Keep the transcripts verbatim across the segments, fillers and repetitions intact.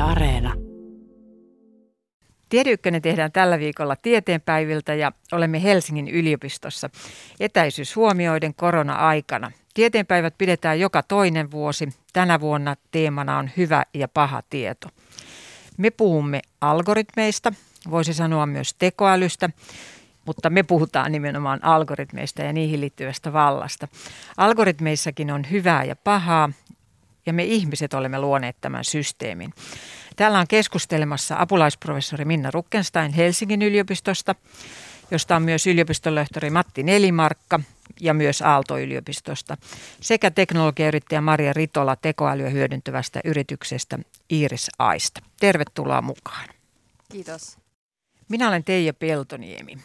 Areena. Tiede Ykkönen tehdään tällä viikolla tieteenpäiviltä ja olemme Helsingin yliopistossa etäisyys huomioiden korona-aikana. Tieteenpäivät pidetään joka toinen vuosi. Tänä vuonna teemana on hyvä ja paha tieto. Me puhumme algoritmeista, voisi sanoa myös tekoälystä, mutta me puhutaan nimenomaan algoritmeista ja niihin liittyvästä vallasta. Algoritmeissakin on hyvää ja pahaa ja me ihmiset olemme luoneet tämän systeemin. Täällä on keskustelemassa apulaisprofessori Minna Rukkenstein Helsingin yliopistosta, josta on myös yliopistonlehtori Matti Nelimarkka ja myös Aalto-yliopistosta sekä teknologiayrittäjä Maria Ritola tekoälyä hyödyntävästä yrityksestä Iris Aista. Tervetuloa mukaan. Kiitos. Minä olen Teija Peltoniemi.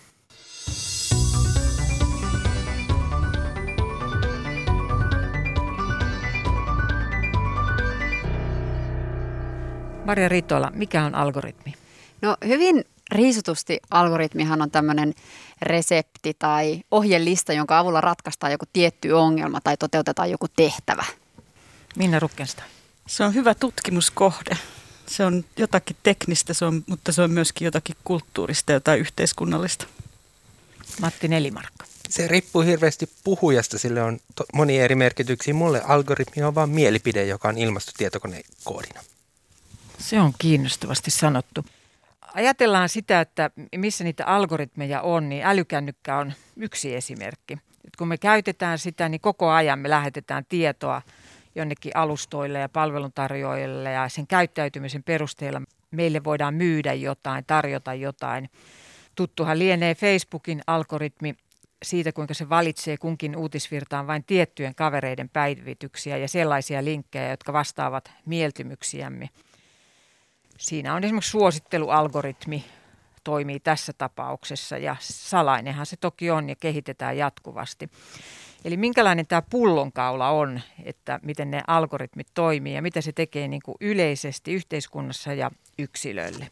Maria Ritola, mikä on algoritmi? No hyvin riisutusti algoritmihan on tämmöinen resepti tai ohjelista, jonka avulla ratkaistaan joku tietty ongelma tai toteutetaan joku tehtävä. Minna Rukkenstein. Se on hyvä tutkimuskohde. Se on jotakin teknistä, se on, mutta se on myöskin jotakin kulttuurista, jotain yhteiskunnallista. Matti Nelimarkka. Se riippuu hirveästi puhujasta, sille on to- monia eri merkityksiä. Mulle algoritmi on vain mielipide, joka on ilmastu tietokonekoodina. Se on kiinnostavasti sanottu. Ajatellaan sitä, että missä niitä algoritmeja on, niin älykännykkä on yksi esimerkki. Et kun me käytetään sitä, niin koko ajan me lähetetään tietoa jonnekin alustoille ja palveluntarjoajille ja sen käyttäytymisen perusteella meille voidaan myydä jotain, tarjota jotain. Tuttuhan lienee Facebookin algoritmi siitä, kuinka se valitsee kunkin uutisvirtaan vain tiettyjen kavereiden päivityksiä ja sellaisia linkkejä, jotka vastaavat mieltymyksiämme. Siinä on esimerkiksi suosittelualgoritmi, toimii tässä tapauksessa ja salainenhan se toki on ja kehitetään jatkuvasti. Eli minkälainen tämä pullonkaula on, että miten ne algoritmit toimii ja mitä se tekee niin kuin yleisesti yhteiskunnassa ja yksilölle.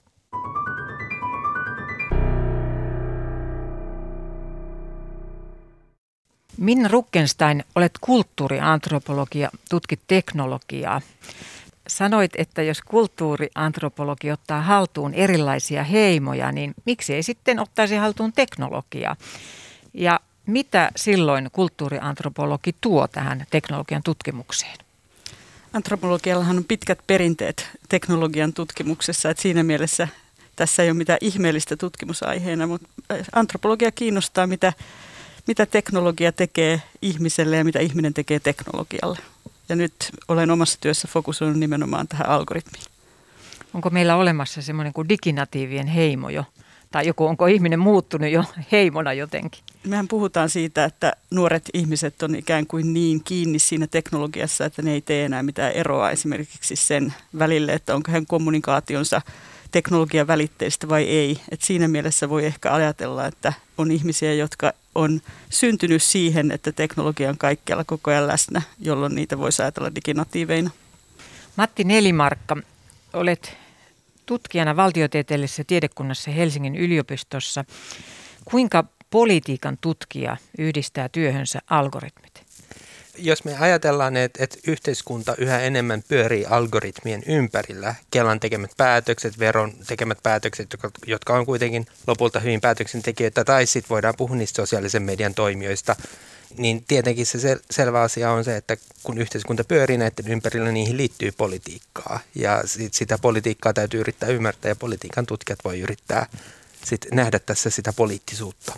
Minna Rukkenstein, olet kulttuuriantropologia, tutkit teknologiaa. Sanoit, että jos kulttuuriantropologi ottaa haltuun erilaisia heimoja, niin miksi ei sitten ottaisi haltuun teknologiaa? Ja mitä silloin kulttuuriantropologi tuo tähän teknologian tutkimukseen? Antropologiallahan on pitkät perinteet teknologian tutkimuksessa, että siinä mielessä tässä ei ole mitään ihmeellistä tutkimusaiheena, mutta antropologia kiinnostaa, mitä, mitä teknologia tekee ihmiselle ja mitä ihminen tekee teknologialle. Ja nyt olen omassa työssä fokusoinut nimenomaan tähän algoritmiin. Onko meillä olemassa semmoinen kuin diginatiivien heimo jo? Tai joku, onko ihminen muuttunut jo heimona jotenkin? Mehän puhutaan siitä, että nuoret ihmiset on ikään kuin niin kiinni siinä teknologiassa, että ne ei tee enää mitään eroa esimerkiksi sen välille, että onko hän kommunikaationsa teknologian välitteistä vai ei. Et siinä mielessä voi ehkä ajatella, että on ihmisiä, jotka on syntynyt siihen, että teknologia on kaikkialla koko ajan läsnä, jolloin niitä voi ajatella diginatiiveina. Matti Nelimarkka, olet tutkijana valtiotieteellisessä tiedekunnassa Helsingin yliopistossa. Kuinka politiikan tutkija yhdistää työhönsä algoritmit? Jos me ajatellaan, että, että yhteiskunta yhä enemmän pyörii algoritmien ympärillä, Kelan tekemät päätökset, veron tekemät päätökset, jotka, jotka on kuitenkin lopulta hyvin päätöksentekijöitä, tai sitten voidaan puhua niistä sosiaalisen median toimijoista, niin tietenkin se sel- selvä asia on se, että kun yhteiskunta pyörii näiden ympärillä, niihin liittyy politiikkaa, ja sit sitä politiikkaa täytyy yrittää ymmärtää, ja politiikan tutkijat voi yrittää sit nähdä tässä sitä poliittisuutta.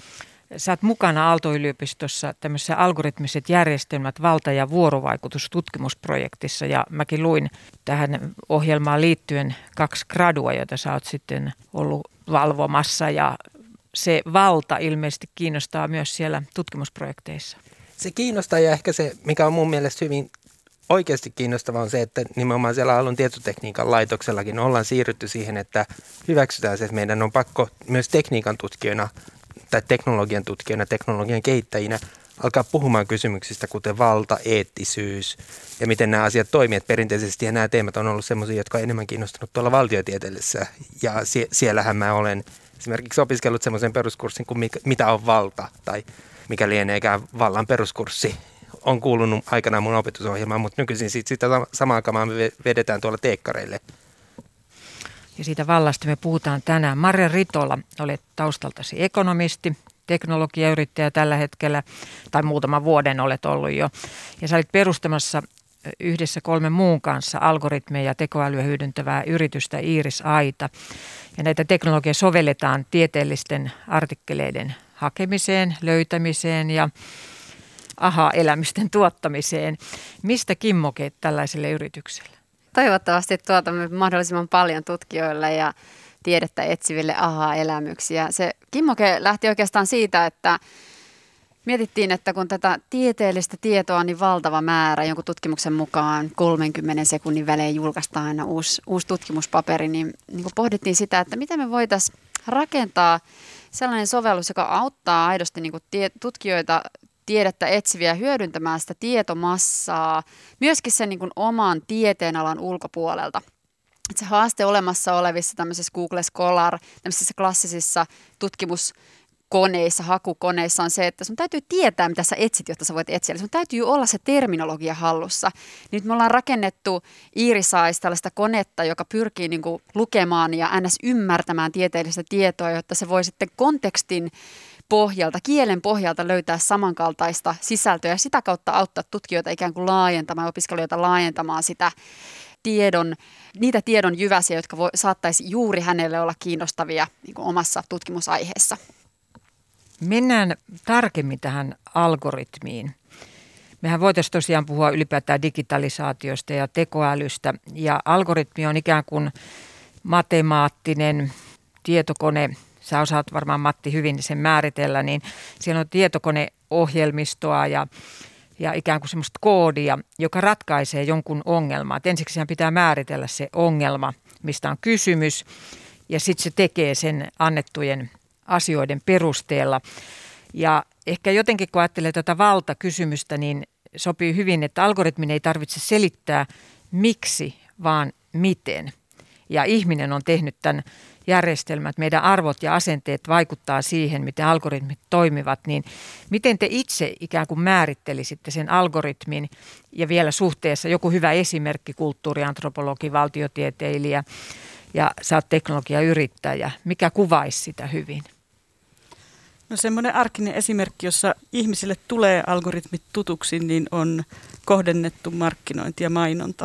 Sä oot mukana Aalto-yliopistossa tämmöisessä algoritmiset järjestelmät, valta- ja vuorovaikutustutkimusprojektissa ja mäkin luin tähän ohjelmaan liittyen kaksi gradua, joita sä oot sitten ollut valvomassa ja se valta ilmeisesti kiinnostaa myös siellä tutkimusprojekteissa. Se kiinnostaa ja ehkä se, mikä on mun mielestä hyvin oikeasti kiinnostavaa on se, että nimenomaan siellä Aallon tietotekniikan laitoksellakin ollaan siirrytty siihen, että hyväksytään se, että meidän on pakko myös tekniikan tutkijoina tai teknologian tutkijoina, teknologian kehittäjinä alkaa puhumaan kysymyksistä, kuten valta, eettisyys ja miten nämä asiat toimivat. Perinteisesti ja nämä teemat on ollut sellaisia, jotka on enemmän kiinnostunut tuolla valtiotieteellisessä. Ja sie- siellähän mä olen esimerkiksi opiskellut semmoisen peruskurssin kuin mikä, mitä on valta tai mikä lieneekään vallan peruskurssi. On kuulunut aikanaan mun opetusohjelmaan, mutta nykyisin sit sitä samaa kamaa me vedetään tuolla teekkareille Ja siitä vallasta me puhutaan tänään. Marja Ritola, olet taustaltasi ekonomisti, teknologiayrittäjä tällä hetkellä, tai muutaman vuoden olet ollut jo. Ja sä olit perustamassa yhdessä kolmen muun kanssa algoritmeja ja tekoälyä hyödyntävää yritystä Iiris Aita. Ja näitä teknologioita sovelletaan tieteellisten artikkeleiden hakemiseen, löytämiseen ja aha-elämysten tuottamiseen. Mistä kimmoke tällaiselle yritykselle? Toivottavasti tuotamme mahdollisimman paljon tutkijoille ja tiedettä etsiville aha-elämyksiä. Se kimmoke lähti oikeastaan siitä, että mietittiin, että kun tätä tieteellistä tietoa on niin valtava määrä, jonkun tutkimuksen mukaan kolmenkymmenen sekunnin välein julkaistaan aina uusi, uusi tutkimuspaperi, niin, niin kun pohdittiin sitä, että miten me voitaisiin rakentaa sellainen sovellus, joka auttaa aidosti niin kun tie, tutkijoita tiedettä etsiviä hyödyntämään sitä tietomassaa, myöskin sen niin kun oman tieteenalan ulkopuolelta. Että se haaste olemassa olevissa tämmöisissä Google Scholar, tämmöisissä klassisissa tutkimus koneissa, hakukoneissa on se, että sun täytyy tietää, mitä sä etsit, jotta sä voit etsiä. Eli sun täytyy olla se terminologia hallussa. Nyt me ollaan rakennettu Iiris Ais tällaista konetta, joka pyrkii niin kuin lukemaan ja ns. Ymmärtämään tieteellistä tietoa, jotta se voi sitten kontekstin pohjalta, kielen pohjalta löytää samankaltaista sisältöä ja sitä kautta auttaa tutkijoita ikään kuin laajentamaan, opiskelijoita laajentamaan sitä tiedon, niitä tiedon jyväsiä, jotka voi, saattaisi juuri hänelle olla kiinnostavia niin kuin omassa tutkimusaiheessa. Mennään tarkemmin tähän algoritmiin. Mehän voitaisiin tosiaan puhua ylipäätään digitalisaatiosta ja tekoälystä. Ja algoritmi on ikään kuin matemaattinen tietokone. Sä osaat varmaan, Matti, hyvin sen määritellä. Niin siellä on tietokoneohjelmistoa ja, ja ikään kuin semmoista koodia, joka ratkaisee jonkun ongelmaa. Et ensiksi pitää määritellä se ongelma, mistä on kysymys. Ja sitten se tekee sen annettujen asioiden perusteella. Ja ehkä jotenkin, kun ajattelee tätä valtakysymystä, niin sopii hyvin, että algoritmin ei tarvitse selittää miksi, vaan miten. Ja ihminen on tehnyt tämän järjestelmän, että meidän arvot ja asenteet vaikuttaa siihen, miten algoritmit toimivat. Niin miten te itse ikään kuin määrittelisitte sen algoritmin ja vielä suhteessa joku hyvä esimerkki, kulttuuriantropologi, valtiotieteilijä ja sä oot teknologiayrittäjä. Mikä kuvaisi sitä hyvin? No semmoinen arkinen esimerkki, jossa ihmisille tulee algoritmit tutuksi, niin on kohdennettu markkinointi ja mainonta.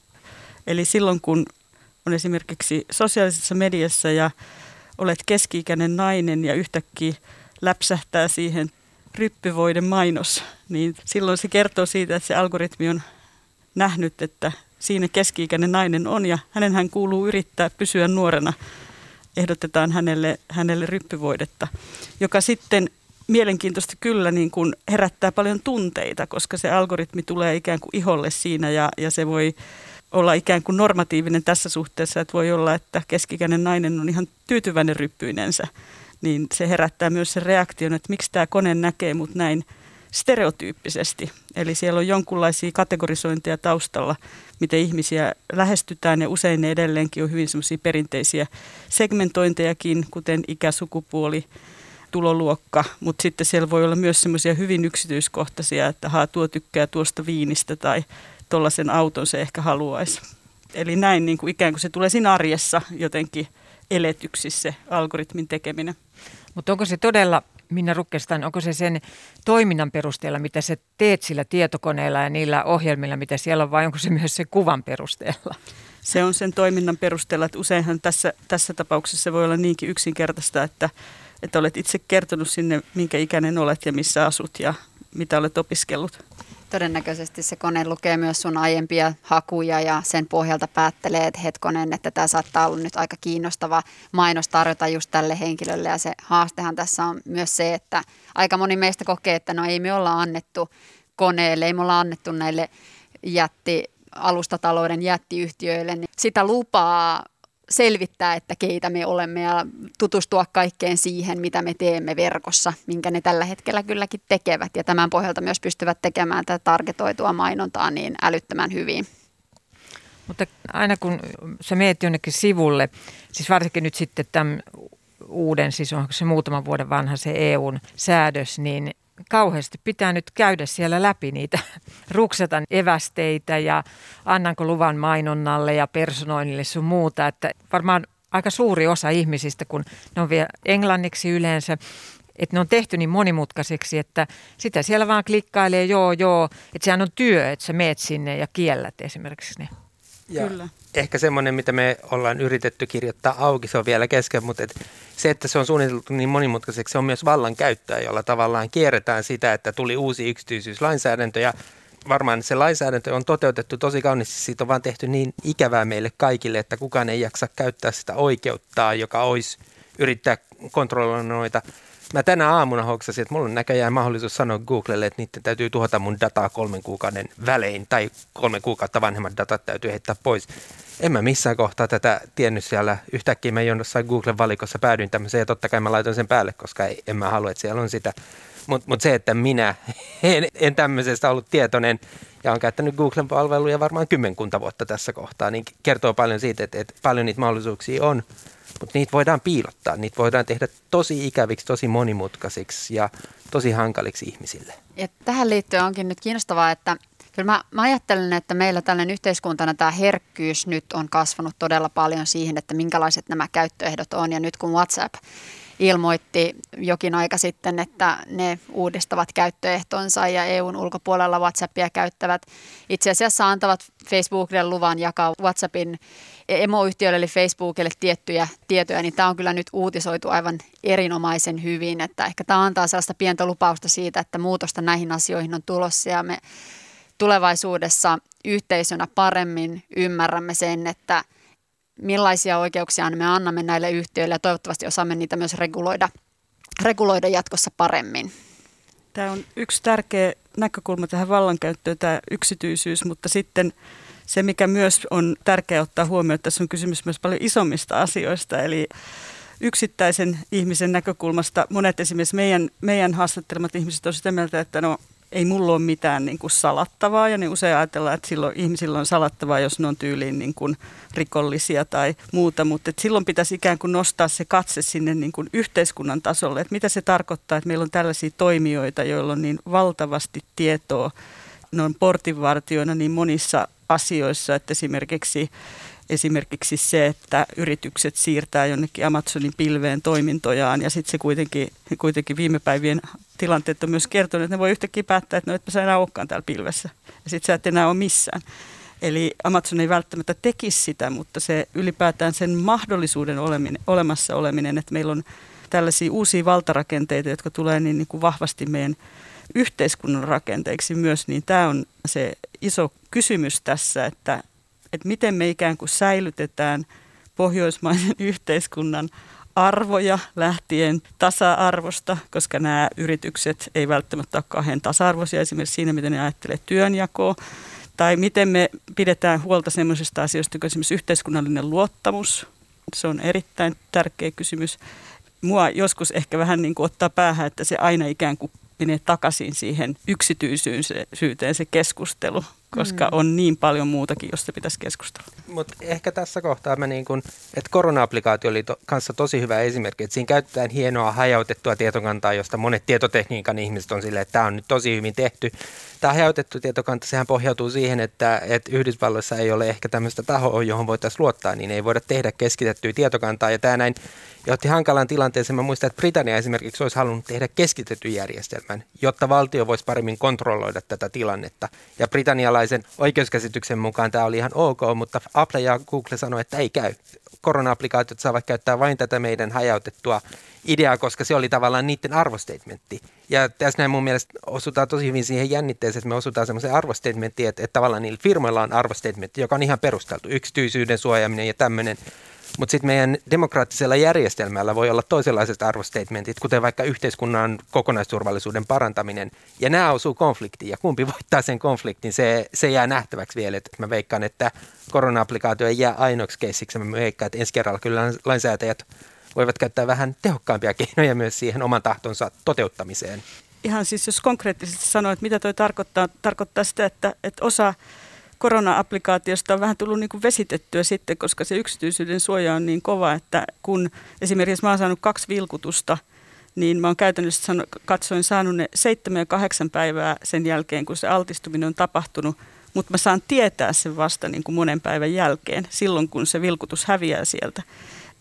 Eli silloin kun on esimerkiksi sosiaalisessa mediassa ja olet keski-ikäinen nainen ja yhtäkkiä läpsähtää siihen ryppyvoiden mainos, niin silloin se kertoo siitä, että se algoritmi on nähnyt, että siinä keski-ikäinen nainen on ja hänenhän kuuluu yrittää pysyä nuorena. Ehdotetaan hänelle, hänelle ryppyvoidetta, joka sitten mielenkiintoista kyllä niin kuin herättää paljon tunteita, koska se algoritmi tulee ikään kuin iholle siinä ja, ja se voi olla ikään kuin normatiivinen tässä suhteessa, että voi olla, että keski-ikäinen nainen on ihan tyytyväinen ryppyinensä, niin se herättää myös sen reaktion, että miksi tämä kone näkee mut näin stereotyyppisesti. Eli siellä on jonkunlaisia kategorisointeja taustalla, miten ihmisiä lähestytään ja usein ne edelleenkin on hyvin semmoisia perinteisiä segmentointejakin, kuten ikä, sukupuoli, tuloluokka, mutta sitten siellä voi olla myös semmoisia hyvin yksityiskohtaisia, että haa, tuo tykkää tuosta viinistä tai tuollaisen auton se ehkä haluaisi. Eli näin niin kuin ikään kuin se tulee siinä arjessa jotenkin eletyksissä se algoritmin tekeminen. Mutta onko se todella, Minna Ruckestan, onko se sen toiminnan perusteella, mitä sä teet sillä tietokoneella ja niillä ohjelmilla, mitä siellä on, vai onko se myös se kuvan perusteella? Se on sen toiminnan perusteella, että useinhan tässä, tässä tapauksessa voi olla niinkin yksinkertaista, että, että olet itse kertonut sinne, minkä ikäinen olet ja missä asut ja mitä olet opiskellut. Todennäköisesti se kone lukee myös sun aiempia hakuja ja sen pohjalta päättelee, että hetkonen, että tämä saattaa olla nyt aika kiinnostava mainos tarjota just tälle henkilölle. Ja se haastehan tässä on myös se, että aika moni meistä kokee, että no ei me olla annettu koneelle, ei me olla annettu näille jätti, alustatalouden jättiyhtiöille niin sitä lupaa selvittää, että keitä me olemme ja tutustua kaikkeen siihen, mitä me teemme verkossa, minkä ne tällä hetkellä kylläkin tekevät. Ja tämän pohjalta myös pystyvät tekemään tätä targetoitua mainontaa niin älyttömän hyvin. Mutta aina kun sä meet jonnekin sivulle, siis varsinkin nyt sitten tämän uuden, siis onko se muutaman vuoden vanha se E U:n säädös, niin kauheasti pitää nyt käydä siellä läpi niitä ruksatan evästeitä ja annanko luvan mainonnalle ja personoinnille sun muuta. Että varmaan aika suuri osa ihmisistä, kun ne on vielä englanniksi yleensä, että ne on tehty niin monimutkaiseksi, että sitä siellä vaan klikkailee joo joo, että sehän on työ, että sä meet sinne ja kiellät esimerkiksi ne. Ja Kyllä. ehkä semmoinen, mitä me ollaan yritetty kirjoittaa auki, se on vielä kesken, mutta et se, että se on suunniteltu niin monimutkaiseksi, se on myös vallankäyttöä, jolla tavallaan kierretään sitä, että tuli uusi yksityisyyslainsäädäntö ja varmaan se lainsäädäntö on toteutettu tosi kauniisti, siitä on vaan tehty niin ikävää meille kaikille, että kukaan ei jaksa käyttää sitä oikeuttaa, joka olisi yrittää kontrolloida noita. Mä tänä aamuna hoksasin, että mulla on näköjään mahdollisuus sanoa Googlelle, että niiden täytyy tuhota mun dataa kolmen kuukauden välein tai kolme kuukautta vanhemmat datat täytyy heittää pois. En mä missään kohtaa tätä tiennyt siellä. Yhtäkkiä mä jossain Googlen valikossa päädyin tämmöiseen ja totta kai mä laitoin sen päälle, koska ei, en mä halua, että siellä on sitä. Mutta mut se, että minä en, en tämmöisestä ollut tietoinen ja olen käyttänyt Googlen palveluja varmaan kymmenkunta vuotta tässä kohtaa, niin kertoo paljon siitä, että, että paljon niitä mahdollisuuksia on. Mutta niitä voidaan piilottaa, niitä voidaan tehdä tosi ikäviksi, tosi monimutkaisiksi ja tosi hankaliksi ihmisille. Ja tähän liittyen onkin nyt kiinnostavaa, että kyllä mä, mä ajattelen, että meillä tällainen yhteiskuntana tämä herkkyys nyt on kasvanut todella paljon siihen, että minkälaiset nämä käyttöehdot on. Ja nyt kun WhatsApp ilmoitti jokin aika sitten, että ne uudistavat käyttöehtonsa ja E U:n ulkopuolella WhatsAppia käyttävät itse asiassa antavat Facebookille luvan jakaa WhatsAppin emoyhtiölle eli Facebookille tiettyjä tietoja, niin tämä on kyllä nyt uutisoitu aivan erinomaisen hyvin, että ehkä tämä antaa sellaista pientä lupausta siitä, että muutosta näihin asioihin on tulossa ja me tulevaisuudessa yhteisönä paremmin ymmärrämme sen, että millaisia oikeuksia me annamme näille yhtiöille ja toivottavasti osaamme niitä myös reguloida, reguloida jatkossa paremmin. Tämä on yksi tärkeä näkökulma tähän vallankäyttöön, tämä yksityisyys, mutta sitten se, mikä myös on tärkeää ottaa huomioon, että tässä on kysymys myös paljon isommista asioista, eli yksittäisen ihmisen näkökulmasta monet esimerkiksi meidän, meidän haastattelemat ihmiset on sitä mieltä, että no ei mulla ole mitään niin kuin salattavaa ja niin usein ajatellaan, että silloin ihmisillä on salattavaa, jos ne on tyyliin niin kuin rikollisia tai muuta, mutta että silloin pitäisi ikään kuin nostaa se katse sinne niin kuin yhteiskunnan tasolle, että mitä se tarkoittaa, että meillä on tällaisia toimijoita, joilla on niin valtavasti tietoa, ne on portinvartijoina niin monissa asioissa, että esimerkiksi Esimerkiksi se, että yritykset siirtää jonnekin Amazonin pilveen toimintojaan ja sitten se kuitenkin, kuitenkin viime päivien tilanteet on myös kertonut, että ne voi yhtäkkiä päättää, että no etpä sä enää olekaan täällä pilvessä ja sitten sä et enää ole missään. Eli Amazon ei välttämättä tekisi sitä, mutta se ylipäätään sen mahdollisuuden oleminen, olemassa oleminen, että meillä on tällaisia uusia valtarakenteita, jotka tulee niin, niin kuin vahvasti meidän yhteiskunnan rakenteiksi myös, niin tämä on se iso kysymys tässä, että että miten me ikään kuin säilytetään pohjoismaisen yhteiskunnan arvoja lähtien tasa-arvosta, koska nämä yritykset ei välttämättä ole kauhean tasa-arvoisia esimerkiksi siinä, miten ne ajattelee työnjakoa, tai miten me pidetään huolta sellaisista asioista kuin esimerkiksi yhteiskunnallinen luottamus. Se on erittäin tärkeä kysymys. Mua joskus ehkä vähän niin kuin ottaa päähän, että se aina ikään kuin menee takaisin siihen yksityisyyteen se keskustelu, koska on niin paljon muutakin, josta pitäisi keskustella. Mutta ehkä tässä kohtaa mä niin kun, että korona-applikaatio oli to, kanssa tosi hyvä esimerkki, että siinä käytetään hienoa hajautettua tietokantaa, josta monet tietotekniikan ihmiset on silleen, että tämä on nyt tosi hyvin tehty. Tämä hajautettu tietokanta, sehän pohjautuu siihen, että, että Yhdysvalloissa ei ole ehkä tämmöistä tahoa, johon voitaisiin luottaa, niin ei voida tehdä keskitettyä tietokantaa, ja tämä näin johti hankalaan tilanteeseen. Mä muistan, että Britannia esimerkiksi olisi halunnut tehdä keskitetyn järjestelmän, jotta valtio voisi paremmin kontrolloida tätä tilannetta. Ja britannialaisen oikeuskäsityksen mukaan tämä oli ihan ok, mutta Apple ja Google sanoi, että ei käy. Korona-applikaatiot saavat käyttää vain tätä meidän hajautettua ideaa, koska se oli tavallaan niiden arvostatementti. Ja tässä näin mun mielestä osutaan tosi hyvin siihen jännitteeseen, että me osutaan semmoiseen arvostatementtiin, että, että tavallaan niillä firmoilla on arvostatementti, joka on ihan perusteltu, yksityisyyden suojaaminen ja tämmöinen. Mutta sitten meidän demokraattisella järjestelmällä voi olla toisenlaiset arvostatementit, kuten vaikka yhteiskunnan kokonaisturvallisuuden parantaminen. Ja nämä osuu konfliktiin, ja kumpi voittaa sen konfliktin, se, se jää nähtäväksi vielä. Et mä veikkaan, että korona-applikaatio ei jää ainoaksi keissiksi. Mä veikkaan, että ensi kerralla kyllä lainsäätäjät voivat käyttää vähän tehokkaampia keinoja myös siihen oman tahtonsa toteuttamiseen. Ihan siis jos konkreettisesti sanoo, että mitä toi tarkoittaa, tarkoittaa sitä, että, että osa korona-applikaatiosta on vähän tullut niin kuin vesitettyä sitten, koska se yksityisyyden suoja on niin kova, että kun esimerkiksi mä oon saanut kaksi vilkutusta, niin mä oon käytännössä sano, katsoin saanut ne seitsemän ja kahdeksan päivää sen jälkeen, kun se altistuminen on tapahtunut, mutta mä saan tietää sen vasta niin kuin monen päivän jälkeen, silloin kun se vilkutus häviää sieltä.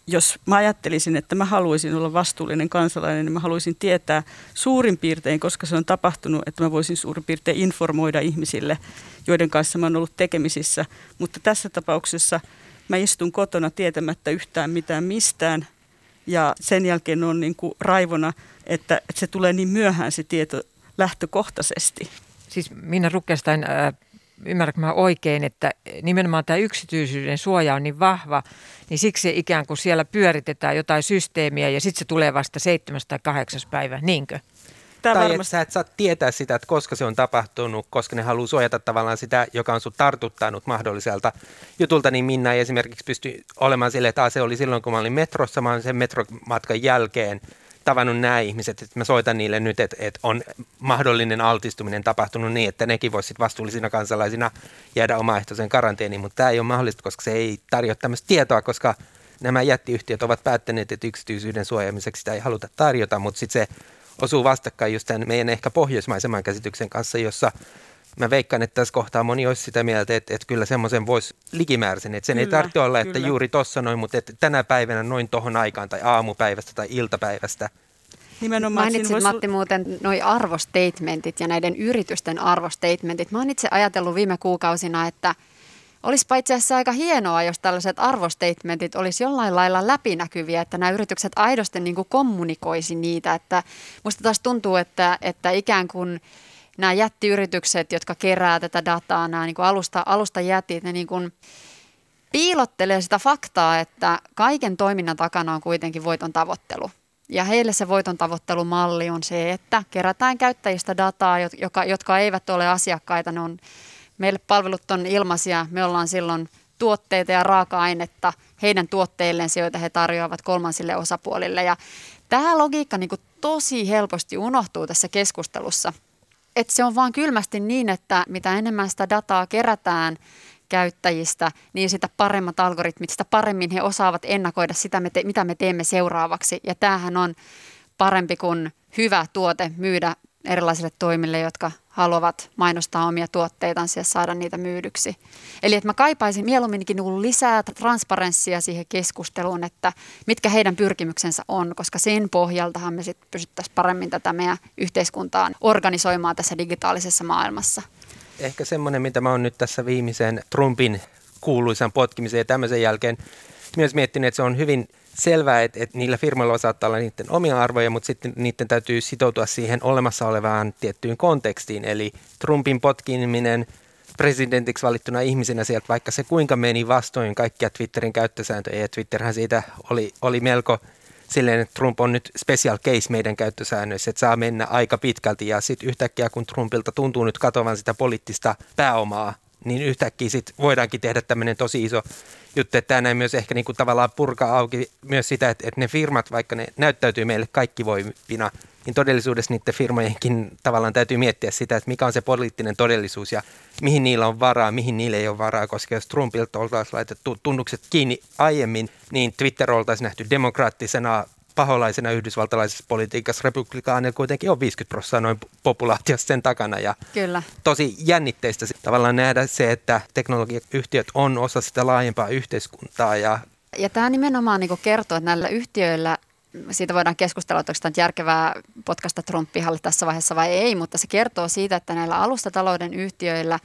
jos mä ajattelisin, että mä haluaisin olla vastuullinen kansalainen, niin mä haluaisin tietää suurin piirtein, koska se on tapahtunut, että mä voisin suurin piirtein informoida ihmisille, joiden kanssa mä oon ollut tekemisissä. Mutta tässä tapauksessa mä istun kotona tietämättä yhtään mitään mistään ja sen jälkeen on niin kuin raivona, että, että se tulee niin myöhään se tieto lähtökohtaisesti. Siis Minna Ruckestein, äh, ymmärrätkö mä oikein, että nimenomaan tämä yksityisyyden suoja on niin vahva, niin siksi ikään kuin siellä pyöritetään jotain systeemiä ja sitten se tulee vasta seitsemäs tai kahdeksas päivä, niinkö? Tämä tai varmasti... että sä et saa tietää sitä, että koska se on tapahtunut, koska ne haluaa suojata tavallaan sitä, joka on sut tartuttanut mahdolliselta jutulta, niin Minna ei esimerkiksi pysty olemaan silleen, että se oli silloin, kun mä olin metrossa, mä olen sen metromatkan jälkeen tavannut nämä ihmiset, että mä soitan niille nyt, että, että on mahdollinen altistuminen tapahtunut niin, että nekin voisivat vastuullisina kansalaisina jäädä omaehtoiseen karanteeniin, mutta tämä ei ole mahdollista, koska se ei tarjoa tämmöistä tietoa, koska nämä jättiyhtiöt ovat päättäneet, että yksityisyyden suojaamiseksi sitä ei haluta tarjota, mutta sitten se osuu vastakkain just tämän meidän ehkä pohjoismaisemman käsityksen kanssa, jossa mä veikkaan, että tässä kohtaa moni olisi sitä mieltä, että, että kyllä semmoisen voisi likimäärisen, että sen kyllä, ei tarvitse olla, että kyllä. Juuri tuossa noin, mutta että tänä päivänä noin tohon aikaan tai aamupäivästä tai iltapäivästä. Nimenomaan mainitsit vois... Matti muuten noi arvostatementit ja näiden yritysten arvostatementit. Mä oon itse ajatellut viime kuukausina, että olisipa itse asiassa aika hienoa, jos tällaiset arvostatementit olisi jollain lailla läpinäkyviä, että nämä yritykset aidosti niin kuin kommunikoisi niitä. Että musta taas tuntuu, että, että ikään kuin nämä jättiyritykset, jotka kerää tätä dataa, nämä niin kuin alusta, alustajätit, ne niin kuin piilottelee sitä faktaa, että kaiken toiminnan takana on kuitenkin voiton tavoittelu. Ja heille se voiton tavoittelumalli on se, että kerätään käyttäjistä dataa, jotka, jotka eivät ole asiakkaita. Ne on, meille palvelut on ilmaisia, me ollaan silloin tuotteita ja raaka-ainetta heidän tuotteilleen, joita he tarjoavat kolmansille osapuolille. Ja tämä logiikka niin kuin tosi helposti unohtuu tässä keskustelussa. Että se on vaan kylmästi niin, että mitä enemmän sitä dataa kerätään käyttäjistä, niin sitä paremmat algoritmit, sitä paremmin he osaavat ennakoida sitä, mitä me teemme seuraavaksi. Ja tämähän on parempi kuin hyvä tuote myydä erilaisille toimille, jotka haluavat mainostaa omia tuotteitansa ja saada niitä myydyksi. Eli että mä kaipaisin mieluumminkin lisää transparenssia siihen keskusteluun, että mitkä heidän pyrkimyksensä on, koska sen pohjaltahan me sitten pystyttäisiin paremmin tätä meidän yhteiskuntaa organisoimaan tässä digitaalisessa maailmassa. Ehkä semmoinen, mitä mä oon nyt tässä viimeisen Trumpin kuuluisan potkimisen ja tämmöisen jälkeen myös miettinyt, että se on hyvin selvää, että, että niillä firmoilla saattaa olla niiden omia arvoja, mutta sitten niiden täytyy sitoutua siihen olemassa olevaan tiettyyn kontekstiin. Eli Trumpin potkiminen presidentiksi valittuna ihmisenä sieltä, vaikka se kuinka meni vastoin kaikkia Twitterin käyttösääntöjä, ja Twitterhän siitä oli, oli melko silleen, että Trump on nyt special case meidän käyttösäännöissä, että saa mennä aika pitkälti, ja sitten yhtäkkiä kun Trumpilta tuntuu nyt katoavan sitä poliittista pääomaa, niin yhtäkkiä sit voidaankin tehdä tämmöinen tosi iso juttu, että tämä näin myös ehkä niinku tavallaan purkaa auki myös sitä, että, että ne firmat, vaikka ne näyttäytyy meille kaikki voimina, niin todellisuudessa niiden firmojenkin tavallaan täytyy miettiä sitä, että mikä on se poliittinen todellisuus ja mihin niillä on varaa, mihin niillä ei ole varaa, koska jos Trumpilta oltaisiin laitettu tunnukset kiinni aiemmin, niin Twitter oltaisiin nähty demokraattisena paholaisena yhdysvaltalaisessa politiikassa. Republikaanilla kuitenkin on viisikymmentä prosenttia noin populaatiosta sen takana. Ja Kyllä. Tosi jännitteistä tavallaan nähdä se, että teknologiayhtiöt on osa sitä laajempaa yhteiskuntaa. Ja, ja tämä nimenomaan niin kertoo, että näillä yhtiöillä, siitä voidaan keskustella, että onko tämä järkevää podcasta Trumpihalle tässä vaiheessa vai ei, mutta se kertoo siitä, että näillä alustatalouden yhtiöillä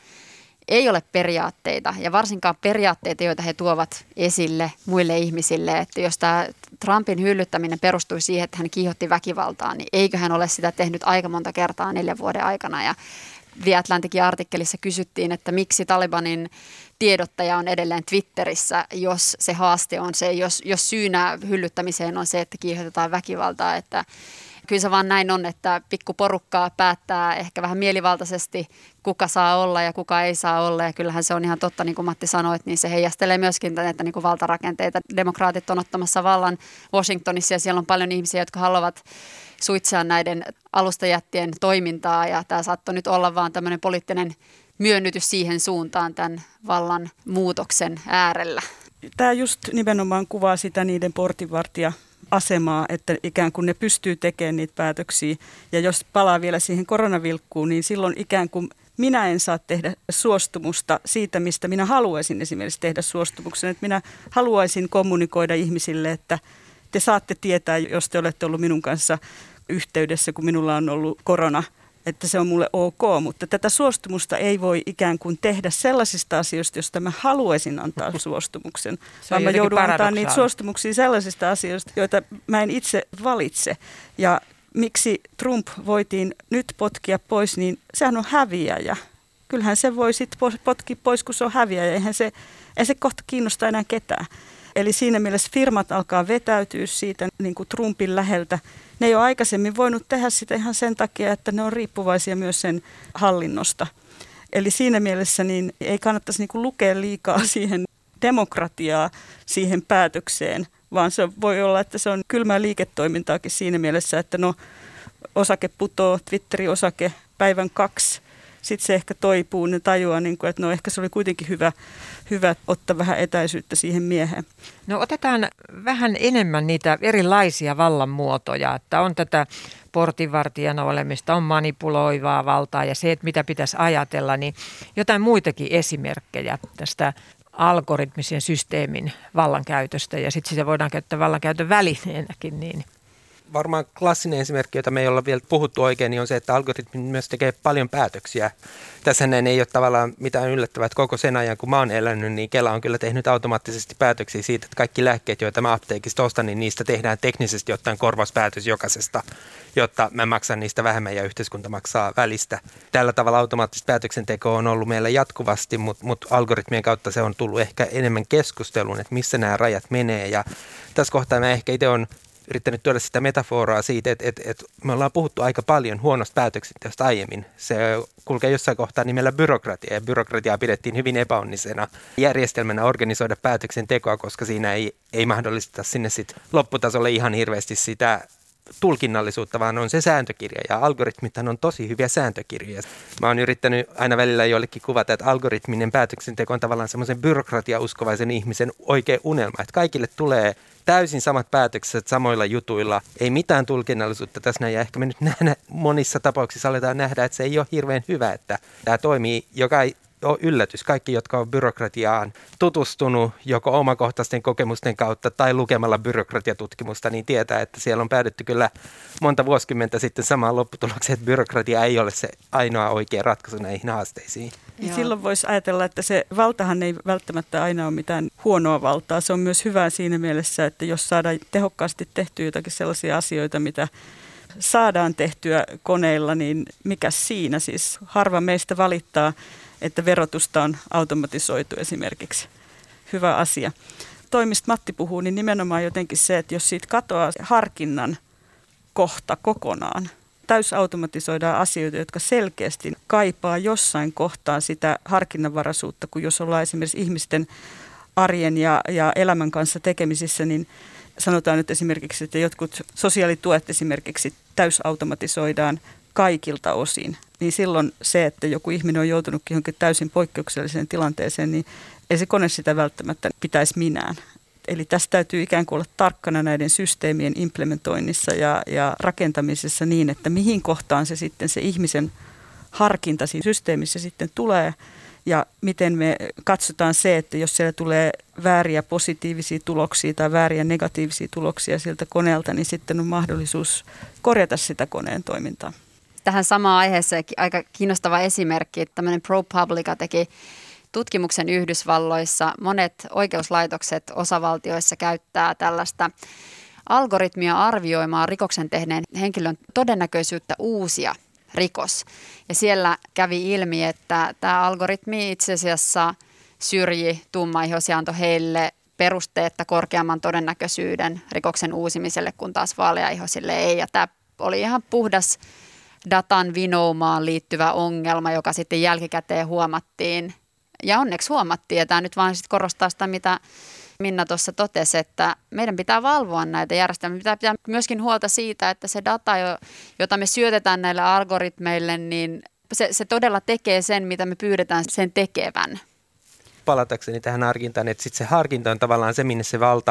ei ole periaatteita ja varsinkaan periaatteita, joita he tuovat esille muille ihmisille. Että jos tämä Trumpin hyllyttäminen perustui siihen, että hän kiihotti väkivaltaa, niin eikö hän ole sitä tehnyt aika monta kertaa neljän vuoden aikana. Ja The Atlanticin artikkelissa kysyttiin, että miksi Talibanin tiedottaja on edelleen Twitterissä, jos se haaste on se, jos, jos syynä hyllyttämiseen on se, että kiihotetaan väkivaltaa, että kyllä se vaan näin on, että pikku porukkaa päättää ehkä vähän mielivaltaisesti, kuka saa olla ja kuka ei saa olla. Ja kyllähän se on ihan totta, niin kuin Matti sanoi, niin se heijastelee myöskin näitä niin kuin valtarakenteita. Demokraatit on ottamassa vallan Washingtonissa ja siellä on paljon ihmisiä, jotka haluavat suitsia näiden alustajättien toimintaa. Ja tämä saattoi nyt olla vaan tämmöinen poliittinen myönnytys siihen suuntaan tämän vallan muutoksen äärellä. Tämä just nimenomaan kuvaa sitä niiden portinvartija asemaa, että ikään kuin ne pystyy tekemään niitä päätöksiä. Ja jos palaa vielä siihen koronavilkkuun, niin silloin ikään kuin minä en saa tehdä suostumusta siitä, mistä minä haluaisin esimerkiksi tehdä suostumuksen. Että minä haluaisin kommunikoida ihmisille, että te saatte tietää, jos te olette ollut minun kanssa yhteydessä, kun minulla on ollut korona, että se on mulle ok, mutta tätä suostumusta ei voi ikään kuin tehdä sellaisista asioista, joista mä haluaisin antaa suostumuksen, vaan mä joudun antaa niitä suostumuksia sellaisista asioista, joita mä en itse valitse. Ja miksi Trump voitiin nyt potkia pois, niin sehän on häviäjä. Kyllähän se voi sitten potkia pois, kun se on häviäjä. Eihän se, ei se kohta kiinnosta enää ketään. Eli siinä mielessä firmat alkaa vetäytyä siitä niin kuin Trumpin läheltä. Ne ei ole aikaisemmin voinut tehdä sitä ihan sen takia, että ne on riippuvaisia myös sen hallinnosta. Eli siinä mielessä niin ei kannattaisi niin kuin lukea liikaa siihen demokratiaa, siihen päätökseen, vaan se voi olla, että se on kylmää liiketoimintaakin siinä mielessä, että no osake putoo, Twitterin osake päivän kaksi, sitten se ehkä toipuu, ne tajuaa, niin kuin, että no ehkä se oli kuitenkin hyvä, hyvä ottaa vähän etäisyyttä siihen mieheen. No otetaan vähän enemmän niitä erilaisia vallanmuotoja, että on tätä portinvartijana olemista, on manipuloivaa valtaa ja se, että mitä pitäisi ajatella, niin jotain muitakin esimerkkejä tästä algoritmisen systeemin vallankäytöstä ja sitten sitä voidaan käyttää vallankäytön välineenäkin. Niin. Varmaan klassinen esimerkki, jota me ei olla vielä puhuttu oikein, niin on se, että algoritmi myös tekee paljon päätöksiä. Tässä näin ei ole tavallaan mitään yllättävää, että koko sen ajan, kun mä oon elänyt, niin Kela on kyllä tehnyt automaattisesti päätöksiä siitä, että kaikki lääkkeet, joita mä apteekista ostan, niin niistä tehdään teknisesti ottaen korvauspäätös jokaisesta, jotta mä maksan niistä vähemmän ja yhteiskunta maksaa välistä. Tällä tavalla automaattista päätöksentekoa on ollut meillä jatkuvasti, mutta, mutta algoritmien kautta se on tullut ehkä enemmän keskusteluun, että missä nämä rajat menee. Ja tässä kohtaa mä ehkä itse on yrittänyt tuoda sitä metaforaa siitä, että, että, että me ollaan puhuttu aika paljon huonosta päätöksenteosta aiemmin. Se kulkee jossain kohtaa nimellä byrokratia, ja byrokratiaa pidettiin hyvin epäonnisena järjestelmänä organisoida päätöksentekoa, koska siinä ei, ei mahdollista sinne sit lopputasolle ihan hirveästi sitä tulkinnallisuutta, vaan on se sääntökirja, ja algoritmithan on tosi hyviä sääntökirjoja. Mä oon yrittänyt aina välillä joillekin kuvata, että algoritminen päätöksenteko on tavallaan semmoisen byrokratiauskovaisen ihmisen oikea unelma, että kaikille tulee täysin samat päätökset samoilla jutuilla, ei mitään tulkinnallisuutta tässä näin, ja ehkä me nyt nähdään, monissa tapauksissa aletaan nähdä, että se ei ole hirveän hyvä, että tämä toimii, joka ei ole yllätys. Kaikki, jotka on byrokratiaan tutustunut joko omakohtaisten kokemusten kautta tai lukemalla byrokratiatutkimusta, niin tietää, että siellä on päädytty kyllä monta vuosikymmentä sitten samaan lopputulokseen, että byrokratia ei ole se ainoa oikea ratkaisu näihin haasteisiin. Ja silloin voisi ajatella, että se valtahan ei välttämättä aina ole mitään huonoa valtaa. Se on myös hyvä siinä mielessä, että jos saadaan tehokkaasti tehtyä jotakin sellaisia asioita, mitä saadaan tehtyä koneilla, niin mikä siinä siis? Harva meistä valittaa, että verotusta on automatisoitu esimerkiksi. Hyvä asia. Toi, mistä Matti puhuu, niin nimenomaan jotenkin se, että jos siitä katoaa harkinnan kohta kokonaan, täysautomatisoidaan asioita, jotka selkeästi kaipaa jossain kohtaa sitä harkinnanvaraisuutta, kun jos ollaan esimerkiksi ihmisten arjen ja, ja elämän kanssa tekemisissä, niin sanotaan nyt esimerkiksi, että jotkut sosiaalituet esimerkiksi täysautomatisoidaan kaikilta osin, niin silloin se, että joku ihminen on joutunutkin johonkin täysin poikkeukselliseen tilanteeseen, niin ei se kone sitä välttämättä pitäisi minään. Eli tässä täytyy ikään kuin olla tarkkana näiden systeemien implementoinnissa ja, ja rakentamisessa niin, että mihin kohtaan se sitten se ihmisen harkinta siinä systeemissä sitten tulee ja miten me katsotaan se, että jos siellä tulee vääriä positiivisia tuloksia tai vääriä negatiivisia tuloksia sieltä koneelta, niin sitten on mahdollisuus korjata sitä koneen toimintaa. Tähän samaan aiheeseen aika kiinnostava esimerkki, että tämmöinen ProPublica teki tutkimuksen Yhdysvalloissa. Monet oikeuslaitokset osavaltioissa käyttää tällaista algoritmia arvioimaan rikoksen tehneen henkilön todennäköisyyttä uusia rikos. Ja siellä kävi ilmi, että tämä algoritmi itse asiassa syrji tummaihoisia, antoi heille perusteetta korkeamman todennäköisyyden rikoksen uusimiselle, kun taas vaaleaihoisille ei. Ja tämä oli ihan puhdas datan vinoumaan liittyvä ongelma, joka sitten jälkikäteen huomattiin. Ja onneksi huomattiin, ja tämä nyt vaan sitten korostaa sitä, mitä Minna tuossa totesi, että meidän pitää valvoa näitä järjestelmiä. Pitää pitää myöskin huolta siitä, että se data, jota me syötetään näille algoritmeille, niin se, se todella tekee sen, mitä me pyydetään sen tekevän. Palatakseni tähän harkintaan, että sitten se harkinta on tavallaan se, minne se valta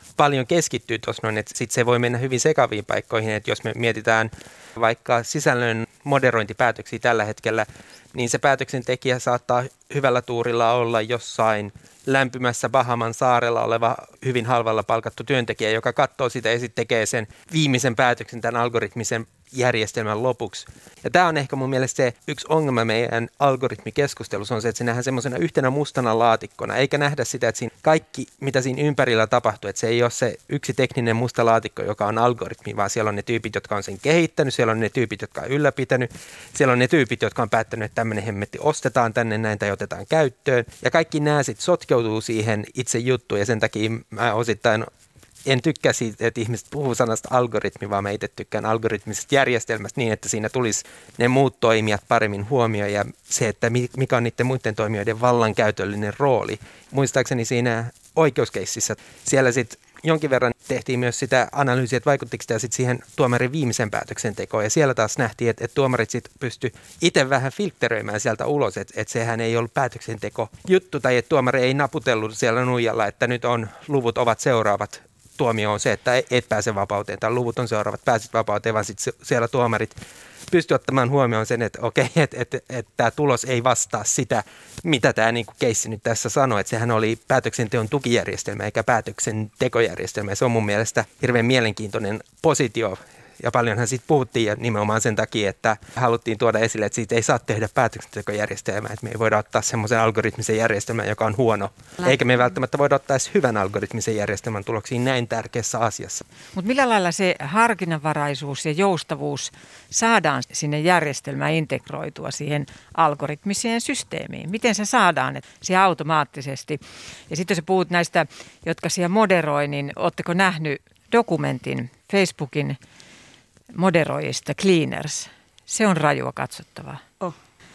paljon keskittyy tuossa noin, että sitten se voi mennä hyvin sekaviin paikkoihin, että jos me mietitään vaikka sisällön moderointipäätöksiä tällä hetkellä, niin se päätöksentekijä saattaa hyvällä tuurilla olla jossain lämpimässä Bahaman saarella oleva hyvin halvalla palkattu työntekijä, joka katsoo sitä ja sitten tekee sen viimeisen päätöksen tämän algoritmisen järjestelmän lopuksi. Ja tämä on ehkä mun mielestä se yksi ongelma meidän algoritmikeskustelussa on se, että se nähdään semmoisena yhtenä mustana laatikkona, eikä nähdä sitä, että siinä kaikki, mitä siinä ympärillä tapahtuu, että se ei ole se yksi tekninen musta laatikko, joka on algoritmi, vaan siellä on ne tyypit, jotka on sen kehittänyt, siellä on ne tyypit, jotka on ylläpitänyt, siellä on ne tyypit, jotka on päättänyt, että tämmöinen hemmetti ostetaan tänne näin tai otetaan käyttöön. Ja kaikki nämä sitten sotkeutuu siihen itse juttuun ja sen takia mä osittain en tykkää siitä, että ihmiset puhuu sanasta algoritmi, vaan mä itse tykkään algoritmisesta järjestelmästä niin, että siinä tulisi ne muut toimijat paremmin huomioon ja se, että mikä on niiden muiden toimijoiden vallankäytöllinen rooli. Muistaakseni siinä oikeuskeississä siellä sitten jonkin verran tehtiin myös sitä analyysiä, että vaikuttiko sitä sitten siihen tuomarin viimeisen päätöksentekoon. Ja siellä taas nähtiin, että, että tuomarit sitten pysty itse vähän filtteröimään sieltä ulos, että, että sehän ei ollut päätöksenteko juttu tai että tuomari ei naputellut siellä nuijalla, että nyt on luvut ovat seuraavat. Tuomio on se, että et pääse vapauteen tai luvut on seuraavat, pääsit vapauteen, vaan sitten siellä tuomarit pystyy ottamaan huomioon sen, että okei, että et, et, tämä tulos ei vastaa sitä, mitä tämä niinku keissi nyt tässä sanoi, että sehän oli päätöksenteon tukijärjestelmä eikä päätöksentekojärjestelmä ja se on mun mielestä hirveän mielenkiintoinen positio. Ja paljonhan siitä puhuttiin ja nimenomaan sen takia, että haluttiin tuoda esille, että siitä ei saa tehdä päätöksentekojärjestelmää, että me ei voida ottaa semmoisen algoritmisen järjestelmän, joka on huono, eikä me välttämättä voida ottaa edes hyvän algoritmisen järjestelmän tuloksiin näin tärkeässä asiassa. Mutta millä lailla se harkinnanvaraisuus ja joustavuus saadaan sinne järjestelmään integroitua siihen algoritmiseen systeemiin? Miten se saadaan että siihen automaattisesti? Ja sitten jos puhut näistä, jotka siellä moderoi, niin ootteko nähnyt dokumentin Facebookin moderoijista Cleaners? Se on rajua katsottavaa. Oh.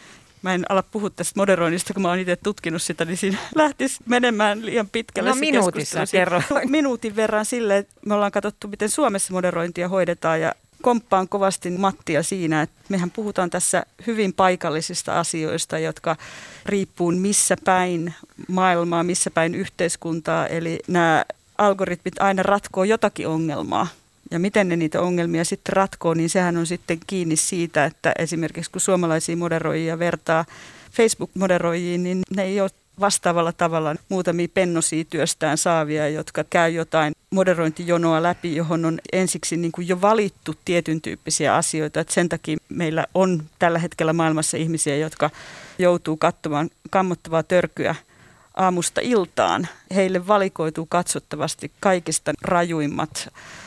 Mä en ala puhua tästä moderoinnista, kun mä oon itse tutkinut sitä, niin siinä lähtisi menemään liian pitkälle. No minuutissa kerro. Minuutin verran sille, että me ollaan katsottu, miten Suomessa moderointia hoidetaan ja komppaan kovasti Mattia siinä, että mehän puhutaan tässä hyvin paikallisista asioista, jotka riippuu missä päin maailmaa, missä päin yhteiskuntaa, eli nämä algoritmit aina ratkoo jotakin ongelmaa. Ja miten ne niitä ongelmia sitten ratkoo, niin sehän on sitten kiinni siitä, että esimerkiksi kun suomalaisia moderoijia vertaa Facebook-moderoijiin, niin ne ei ole vastaavalla tavalla muutamia pennosia työstään saavia, jotka käy jotain moderointijonoa läpi, johon on ensiksi niin kuin jo valittu tietyn tyyppisiä asioita. Et sen takia meillä on tällä hetkellä maailmassa ihmisiä, jotka joutuu katsomaan kammottavaa törkyä aamusta iltaan. Heille valikoituu katsottavasti kaikista rajuimmat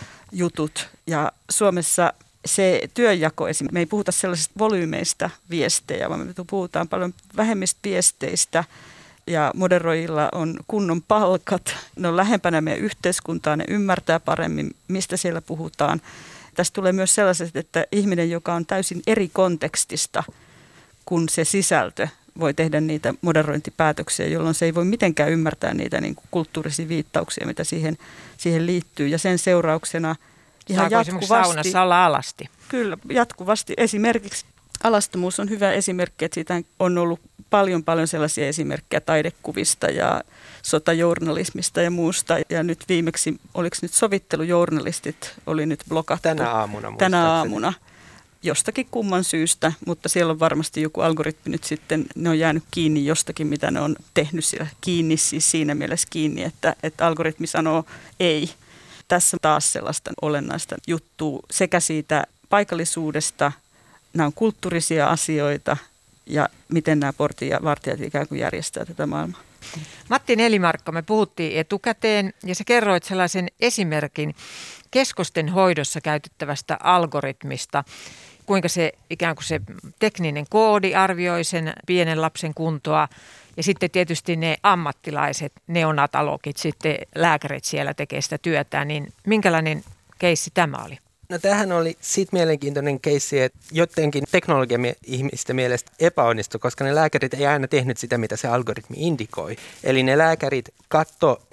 jutut ja Suomessa se työnjako, esimerkiksi me ei puhuta sellaisista volyymeista viestejä, vaan me puhutaan paljon vähemmistä viesteistä ja moderoijilla on kunnon palkat, ne on lähempänä meidän yhteiskuntaa, ne ymmärtää paremmin, mistä siellä puhutaan. Tässä tulee myös sellaiset, että ihminen, joka on täysin eri kontekstista kuin se sisältö, voi tehdä niitä moderointipäätöksiä, jolloin se ei voi mitenkään ymmärtää niitä niin kuin kulttuurisia viittauksia, mitä siihen, siihen liittyy. Ja sen seurauksena ihan Saako jatkuvasti... saunassa olla alasti? Kyllä, jatkuvasti. Esimerkiksi alastomuus on hyvä esimerkki, että siitä on ollut paljon paljon sellaisia esimerkkejä taidekuvista ja sotajournalismista ja muusta. Ja nyt viimeksi, oliko nyt sovittelujournalistit, oli nyt blokattu. Tänä aamuna Tänä aamuna. Jostakin kumman syystä, mutta siellä on varmasti joku algoritmi nyt sitten, ne on jäänyt kiinni jostakin, mitä ne on tehnyt siellä kiinni, siis siinä mielessä kiinni, että, että algoritmi sanoo ei. Tässä taas sellaista olennaista juttua sekä siitä paikallisuudesta, nämä on kulttuurisia asioita ja miten nämä portin ja vartijat ikään kuin järjestää tätä maailmaa. Matti Nelimarkka, me puhuttiin etukäteen ja sä kerroit sellaisen esimerkin keskosten hoidossa käytettävästä algoritmista, kuinka se ikään kuin se tekninen koodi arvioi sen pienen lapsen kuntoa ja sitten tietysti ne ammattilaiset, neonatologit, sitten lääkärit siellä tekee sitä työtä, niin minkälainen keissi tämä oli? No tämähän oli siitä mielenkiintoinen keissi, että jotenkin teknologian ihmisten mielestä epäonnistui, koska ne lääkärit ei aina tehnyt sitä, mitä se algoritmi indikoi. Eli ne lääkärit katto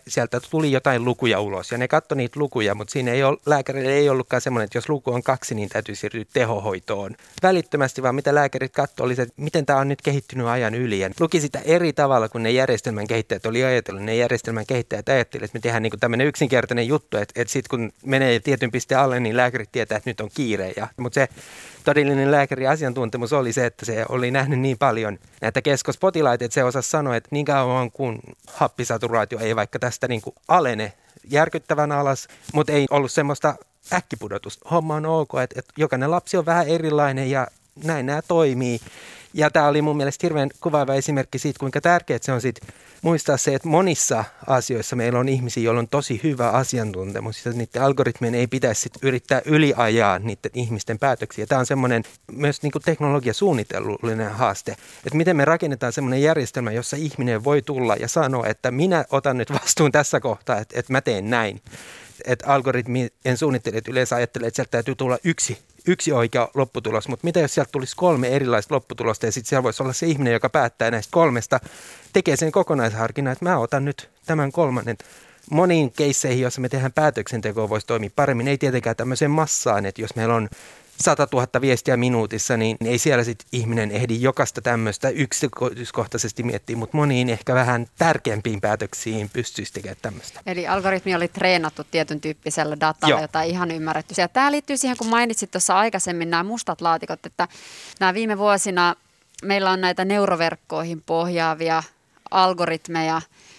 sieltä tuli jotain lukuja ulos ja ne katsoi niitä lukuja, mutta siinä ei ole, lääkärille ei ollutkaan semmoinen, että jos luku on kaksi, niin täytyy siirtyä tehohoitoon välittömästi, vaan mitä lääkärit katsoi oli se, että miten tämä on nyt kehittynyt ajan yli ja luki sitä eri tavalla kuin ne järjestelmän kehittäjät oli ajatellut. Ne järjestelmän kehittäjät ajattelivat, että me tehdään niin kuin tämmöinen yksinkertainen juttu, että, että sitten kun menee tietyn pisteen alle, niin lääkärit tietää, että nyt on kiire. Ja, mutta se todellinen lääkärin asiantuntemus oli se, että se oli nähnyt niin paljon näitä keskospotilaita, että se osasi sanoa, että niin kauan kuin happisaturaatio ei vaikka tästä niin kuin alene järkyttävän alas, mutta ei ollut semmoista äkkipudotusta. Homma on ok, että, että jokainen lapsi on vähän erilainen ja näin nämä toimii. Ja tämä oli mun mielestä hirveän kuvaava esimerkki siitä, kuinka tärkeää se on sit muistaa se, että monissa asioissa meillä on ihmisiä, joilla on tosi hyvä asiantuntemus. Ja niiden algoritmien ei pitäisi sit yrittää yliajaa niiden ihmisten päätöksiä. Tämä on semmoinen myös niin kuin teknologiasuunnitellullinen haaste. Että miten me rakennetaan semmoinen järjestelmä, jossa ihminen voi tulla ja sanoa, että minä otan nyt vastuun tässä kohtaa, että, että mä teen näin. Että algoritmien suunnittelijat yleensä ajattelee, että sieltä täytyy tulla yksi. yksi oikea lopputulos, mutta mitä jos sieltä tulisi kolme erilaista lopputulosta ja sitten siellä voisi olla se ihminen, joka päättää näistä kolmesta, tekee sen kokonaisharkinnan, että mä otan nyt tämän kolmannen. Moniin keisseihin, joissa me tehdään päätöksentekoa, voisi toimia paremmin, ei tietenkään tämmöiseen massaan, että jos meillä on sata tuhatta viestiä minuutissa, niin ei siellä sitten ihminen ehdi jokaista tämmöistä yksityiskohtaisesti miettiä, mutta moniin ehkä vähän tärkeämpiin päätöksiin pystyisi tekemään tämmöistä. Eli algoritmi oli treenattu tietyn tyyppisellä datalla, Joo. jota ei ihan ymmärretty. Ja tämä liittyy siihen, kun mainitsit tuossa aikaisemmin nämä mustat laatikot, että nämä viime vuosina meillä on näitä neuroverkkoihin pohjaavia algoritmeja.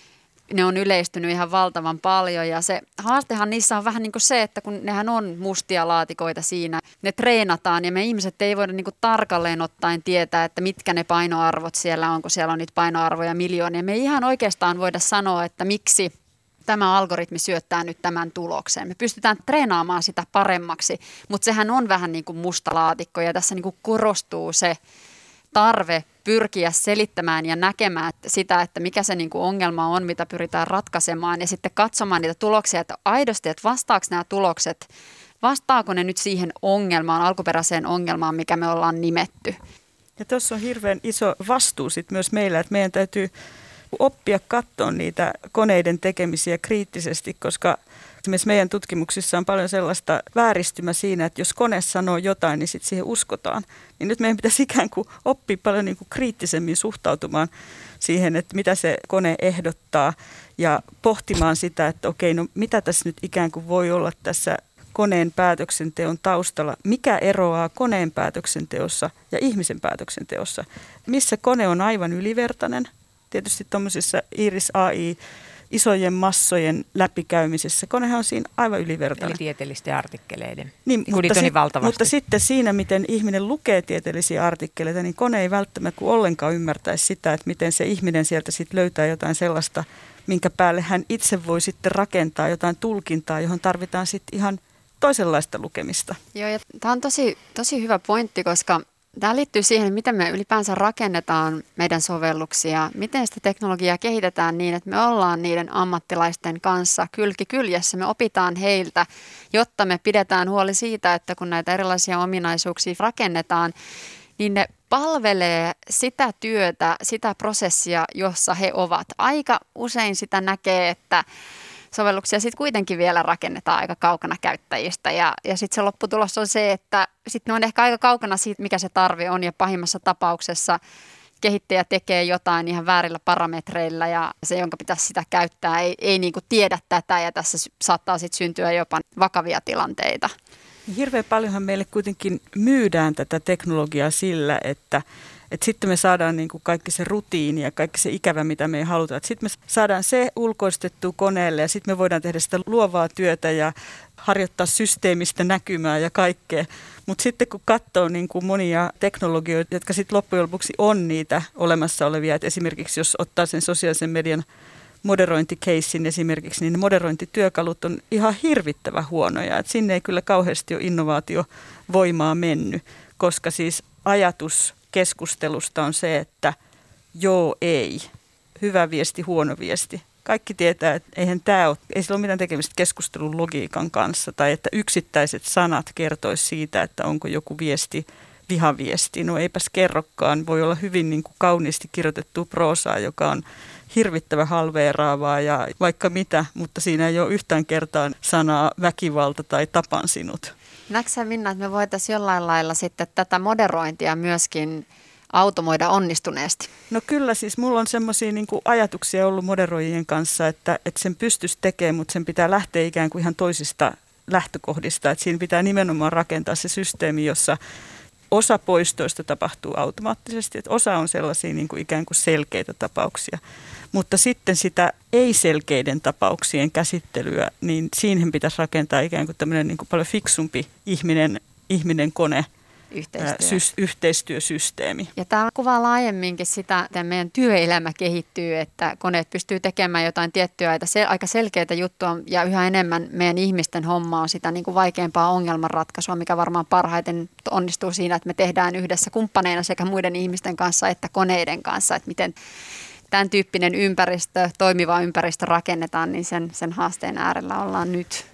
Ne on yleistynyt ihan valtavan paljon ja se haastehan niissä on vähän niin kuin se, että kun nehän on mustia laatikoita siinä, ne treenataan ja me ihmiset ei voida niin kuin tarkalleen ottaen tietää, että mitkä ne painoarvot siellä on, kun siellä on niitä painoarvoja miljoonia. Me ei ihan oikeastaan voida sanoa, että miksi tämä algoritmi syöttää nyt tämän tulokseen. Me pystytään treenaamaan sitä paremmaksi, mutta sehän on vähän niin kuin musta laatikko ja tässä niin kuin korostuu se tarve pyrkiä selittämään ja näkemään sitä, että mikä se niin kuin ongelma on, mitä pyritään ratkaisemaan ja sitten katsomaan niitä tuloksia, että aidosti, että vastaako nämä tulokset, vastaako ne nyt siihen ongelmaan, alkuperäiseen ongelmaan, mikä me ollaan nimetty. Ja tuossa on hirveän iso vastuu sit myös meillä, että meidän täytyy oppia katsoa niitä koneiden tekemisiä kriittisesti, koska esimerkiksi meidän tutkimuksissa on paljon sellaista vääristymä siinä, että jos kone sanoo jotain, niin sitten siihen uskotaan. Niin nyt meidän pitäisi ikään kuin oppia paljon niin kuin kriittisemmin suhtautumaan siihen, että mitä se kone ehdottaa ja pohtimaan sitä, että okei, no mitä tässä nyt ikään kuin voi olla tässä koneen päätöksenteon taustalla, mikä eroaa koneen päätöksenteossa ja ihmisen päätöksenteossa, missä kone on aivan ylivertainen. Tietysti tuommoisessa Iris A I isojen massojen läpikäymisessä. Konehan on siinä aivan ylivertainen. Eli tieteellisten artikkeleiden. Niin, mutta, sit, mutta sitten siinä, miten ihminen lukee tieteellisiä artikkeleita, niin kone ei välttämättä ollenkaan ymmärtäisi sitä, että miten se ihminen sieltä sitten löytää jotain sellaista, minkä päälle hän itse voi sitten rakentaa jotain tulkintaa, johon tarvitaan sitten ihan toisenlaista lukemista. Joo, ja tämä on tosi, tosi hyvä pointti, koska tämä liittyy siihen, miten me ylipäänsä rakennetaan meidän sovelluksia, miten sitä teknologiaa kehitetään niin, että me ollaan niiden ammattilaisten kanssa kylki kyljessä. Me opitaan heiltä, jotta me pidetään huoli siitä, että kun näitä erilaisia ominaisuuksia rakennetaan, niin ne palvelee sitä työtä, sitä prosessia, jossa he ovat. Aika usein sitä näkee, että sovelluksia sitten kuitenkin vielä rakennetaan aika kaukana käyttäjistä ja, ja sitten se lopputulos on se, että sitten ne on ehkä aika kaukana siitä, mikä se tarve on ja pahimmassa tapauksessa kehittäjä tekee jotain ihan väärillä parametreilla ja se, jonka pitäisi sitä käyttää, ei, ei niinku tiedä tätä ja tässä saattaa sitten syntyä jopa vakavia tilanteita. Hirveän paljonhan meille kuitenkin myydään tätä teknologiaa sillä, että Että sitten me saadaan niin kuin kaikki se rutiini ja kaikki se ikävä, mitä me ei haluta. Sitten me saadaan se ulkoistettua koneelle ja sitten me voidaan tehdä sitä luovaa työtä ja harjoittaa systeemistä näkymää ja kaikkea. Mutta sitten kun katsoo niin kuin monia teknologioita, jotka sitten loppujen lopuksi on niitä olemassa olevia, että esimerkiksi jos ottaa sen sosiaalisen median moderointikeissin esimerkiksi, niin ne moderointityökalut on ihan hirvittävän huonoja. Et sinne ei kyllä kauheasti ole innovaatiovoimaa mennyt, koska siis ajatus keskustelusta on se, että joo, ei. Hyvä viesti, huono viesti. Kaikki tietää, että eihän tämä ole, ei sillä ole mitään tekemistä keskustelun logiikan kanssa tai että yksittäiset sanat kertoisi siitä, että onko joku viesti vihaviesti. No eipäs kerrokaan. Voi olla hyvin niin kuin kauniisti kirjoitettua proosaa, joka on hirvittävän halveeraavaa ja vaikka mitä, mutta siinä ei ole yhtään kertaa sanaa väkivalta tai tapan sinut. Näetkö sä, Minna, että me voitaisiin jollain lailla sitten tätä moderointia myöskin automoida onnistuneesti? No kyllä, siis mulla on semmoisia niin kuin ajatuksia ollut moderoijien kanssa, että, että sen pystyisi tekemään, mutta sen pitää lähteä ikään kuin ihan toisista lähtökohdista. Että siinä pitää nimenomaan rakentaa se systeemi, jossa osa poistoista tapahtuu automaattisesti, että osa on sellaisia niin kuin ikään kuin selkeitä tapauksia. Mutta sitten sitä ei-selkeiden tapauksien käsittelyä, niin siihen pitäisi rakentaa ikään kuin tämmöinen niin kuin paljon fiksumpi ihminen, ihminen kone, Yhteistyö. Syys, yhteistyösysteemi. Ja tämä kuvaa laajemminkin sitä, että meidän työelämä kehittyy, että koneet pystyy tekemään jotain tiettyä aika selkeitä juttua ja yhä enemmän meidän ihmisten homma on sitä niin kuin vaikeampaa ongelmanratkaisua, mikä varmaan parhaiten onnistuu siinä, että me tehdään yhdessä kumppaneina sekä muiden ihmisten kanssa että koneiden kanssa, että miten tämän tyyppinen ympäristö, toimiva ympäristö rakennetaan, niin sen, sen haasteen äärellä ollaan nyt.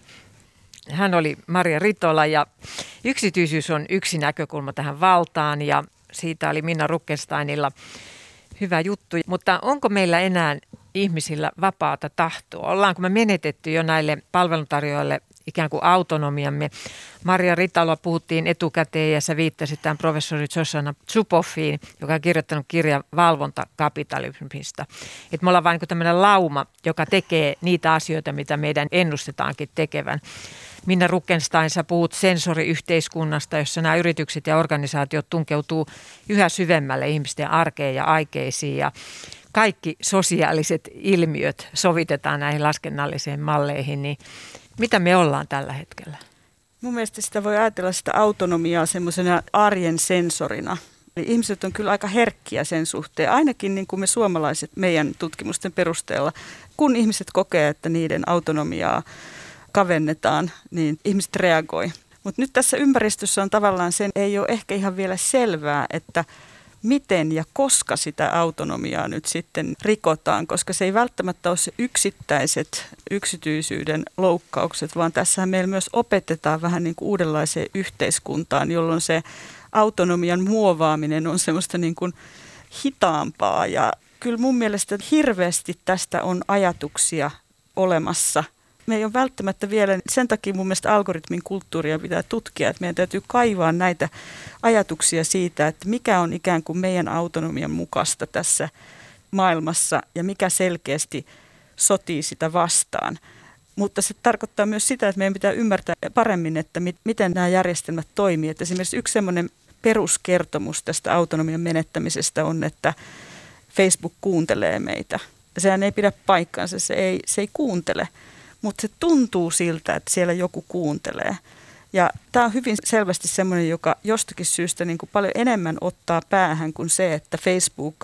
Hän oli Maria Ritola ja yksityisyys on yksi näkökulma tähän valtaan ja siitä oli Minna Ruckensteinilla hyvä juttu. Mutta onko meillä enää ihmisillä vapaata tahtoa? Ollaanko me menetetty jo näille palveluntarjoajille ikään kuin autonomiamme? Maria Ritola puhuttiin etukäteen ja sä viittasit tämän professori Shoshana Zuboffin, joka on kirjoittanut kirjan valvontakapitalismista. Että me ollaan vain niin kuin tämmöinen lauma, joka tekee niitä asioita, mitä meidän ennustetaankin tekevän. Minna Ruckenstein, sä puhut sensoriyhteiskunnasta, jossa nämä yritykset ja organisaatiot tunkeutuu yhä syvemmälle ihmisten arkeen ja aikeisiin ja kaikki sosiaaliset ilmiöt sovitetaan näihin laskennallisiin malleihin, niin mitä me ollaan tällä hetkellä? Mun mielestä sitä voi ajatella sitä autonomiaa semmoisena arjen sensorina. Eli ihmiset on kyllä aika herkkiä sen suhteen, ainakin niin kuin me suomalaiset meidän tutkimusten perusteella, kun ihmiset kokee, että niiden autonomiaa kavennetaan, niin ihmiset reagoi. Mutta nyt tässä ympäristössä on tavallaan sen, ei ole ehkä ihan vielä selvää, että miten ja koska sitä autonomiaa nyt sitten rikotaan, koska se ei välttämättä ole se yksittäiset yksityisyyden loukkaukset, vaan tässähän meillä myös opetetaan vähän niin kuin uudenlaiseen yhteiskuntaan, jolloin se autonomian muovaaminen on semmoista niin kuin hitaampaa. Ja kyllä mun mielestä hirveästi tästä on ajatuksia olemassa. Me ei ole välttämättä vielä, sen takia mun mielestä algoritmin kulttuuria pitää tutkia, että meidän täytyy kaivaa näitä ajatuksia siitä, että mikä on ikään kuin meidän autonomian mukaista tässä maailmassa ja mikä selkeästi sotii sitä vastaan. Mutta se tarkoittaa myös sitä, että meidän pitää ymmärtää paremmin, että mit, miten nämä järjestelmät toimii. Että esimerkiksi yksi semmoinen peruskertomus tästä autonomian menettämisestä on, että Facebook kuuntelee meitä. Sehän ei pidä paikkaansa, se ei, se ei kuuntele. Mutta se tuntuu siltä, että siellä joku kuuntelee. Ja tämä on hyvin selvästi semmoinen, joka jostakin syystä niin kuin paljon enemmän ottaa päähän kuin se, että Facebook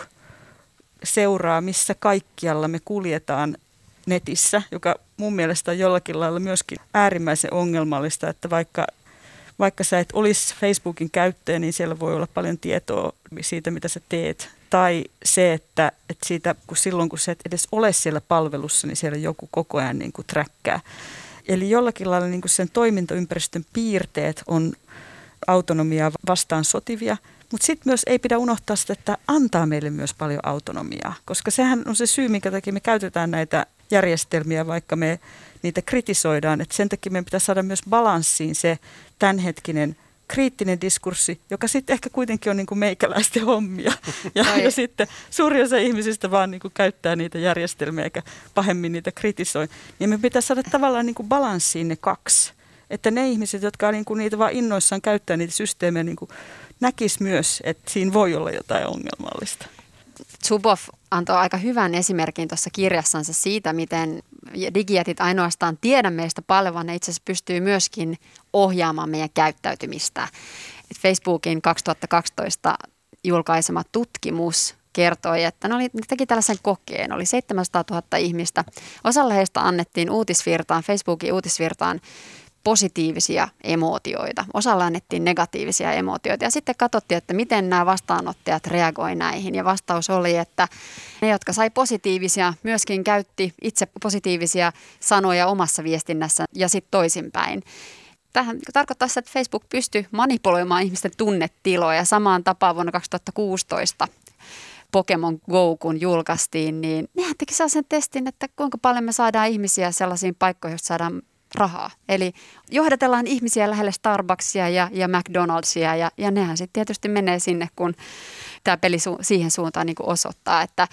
seuraa, missä kaikkialla me kuljetaan netissä, joka mun mielestä on jollakin lailla myöskin äärimmäisen ongelmallista, että vaikka, vaikka sä et olisi Facebookin käyttäjä, niin siellä voi olla paljon tietoa siitä, mitä sä teet. Tai se, että, että siitä, kun silloin kun sä et edes ole siellä palvelussa, niin siellä joku koko ajan niin kuin träkkää. Eli jollakin lailla niin kuin sen toimintaympäristön piirteet on autonomiaa vastaan sotivia, mutta sitten myös ei pidä unohtaa sitä, että antaa meille myös paljon autonomiaa, koska sehän on se syy, minkä takia me käytetään näitä järjestelmiä, vaikka me niitä kritisoidaan. Et sen takia meidän pitää saada myös balanssiin se tämänhetkinen kriittinen diskurssi, joka sitten ehkä kuitenkin on niin kuin meikäläisten hommia. Ja, ja sitten suuri osa ihmisistä vaan niin kuin käyttää niitä järjestelmiä eikä pahemmin niitä kritisoi. Ja me pitää saada tavallaan niin kuin balanssiin ne kaksi. Että ne ihmiset, jotka niin kuin niitä vaan innoissaan käyttää niitä systeemejä, niin kuin näkisi myös, että siinä voi olla jotain ongelmallista. Zuboff antoi aika hyvän esimerkin tuossa kirjassansa siitä, miten digijätit ainoastaan tiedä meistä paljon, vaan ne itse asiassa pystyy myöskin ohjaamaan meidän käyttäytymistä. Et Facebookin kaksituhattakaksitoista julkaisema tutkimus kertoi, että ne, oli, ne teki tällaisen kokeen, oli seitsemänsataatuhatta ihmistä. Osalle heistä annettiin uutisvirtaan, Facebookin uutisvirtaan positiivisia emootioita. Osalle annettiin negatiivisia emootioita ja sitten katsottiin, että miten nämä vastaanottajat reagoi näihin. Ja vastaus oli, että ne, jotka sai positiivisia, myöskin käytti itse positiivisia sanoja omassa viestinnässä ja sitten toisinpäin. tämähän tarkoittaa sitä, että Facebook pystyy manipuloimaan ihmisten tunnetiloja. Samaan tapaan vuonna kaksituhattakuusitoista Pokemon Go, kun julkaistiin, niin nehän teki sellaisen testin, että kuinka paljon me saadaan ihmisiä sellaisiin paikkoihin, joista saadaan rahaa. Eli johdatellaan ihmisiä lähelle Starbucksia ja, ja McDonald'sia ja, ja nehän sitten tietysti menee sinne, kun tämä peli su- siihen suuntaan niin kuin osoittaa, että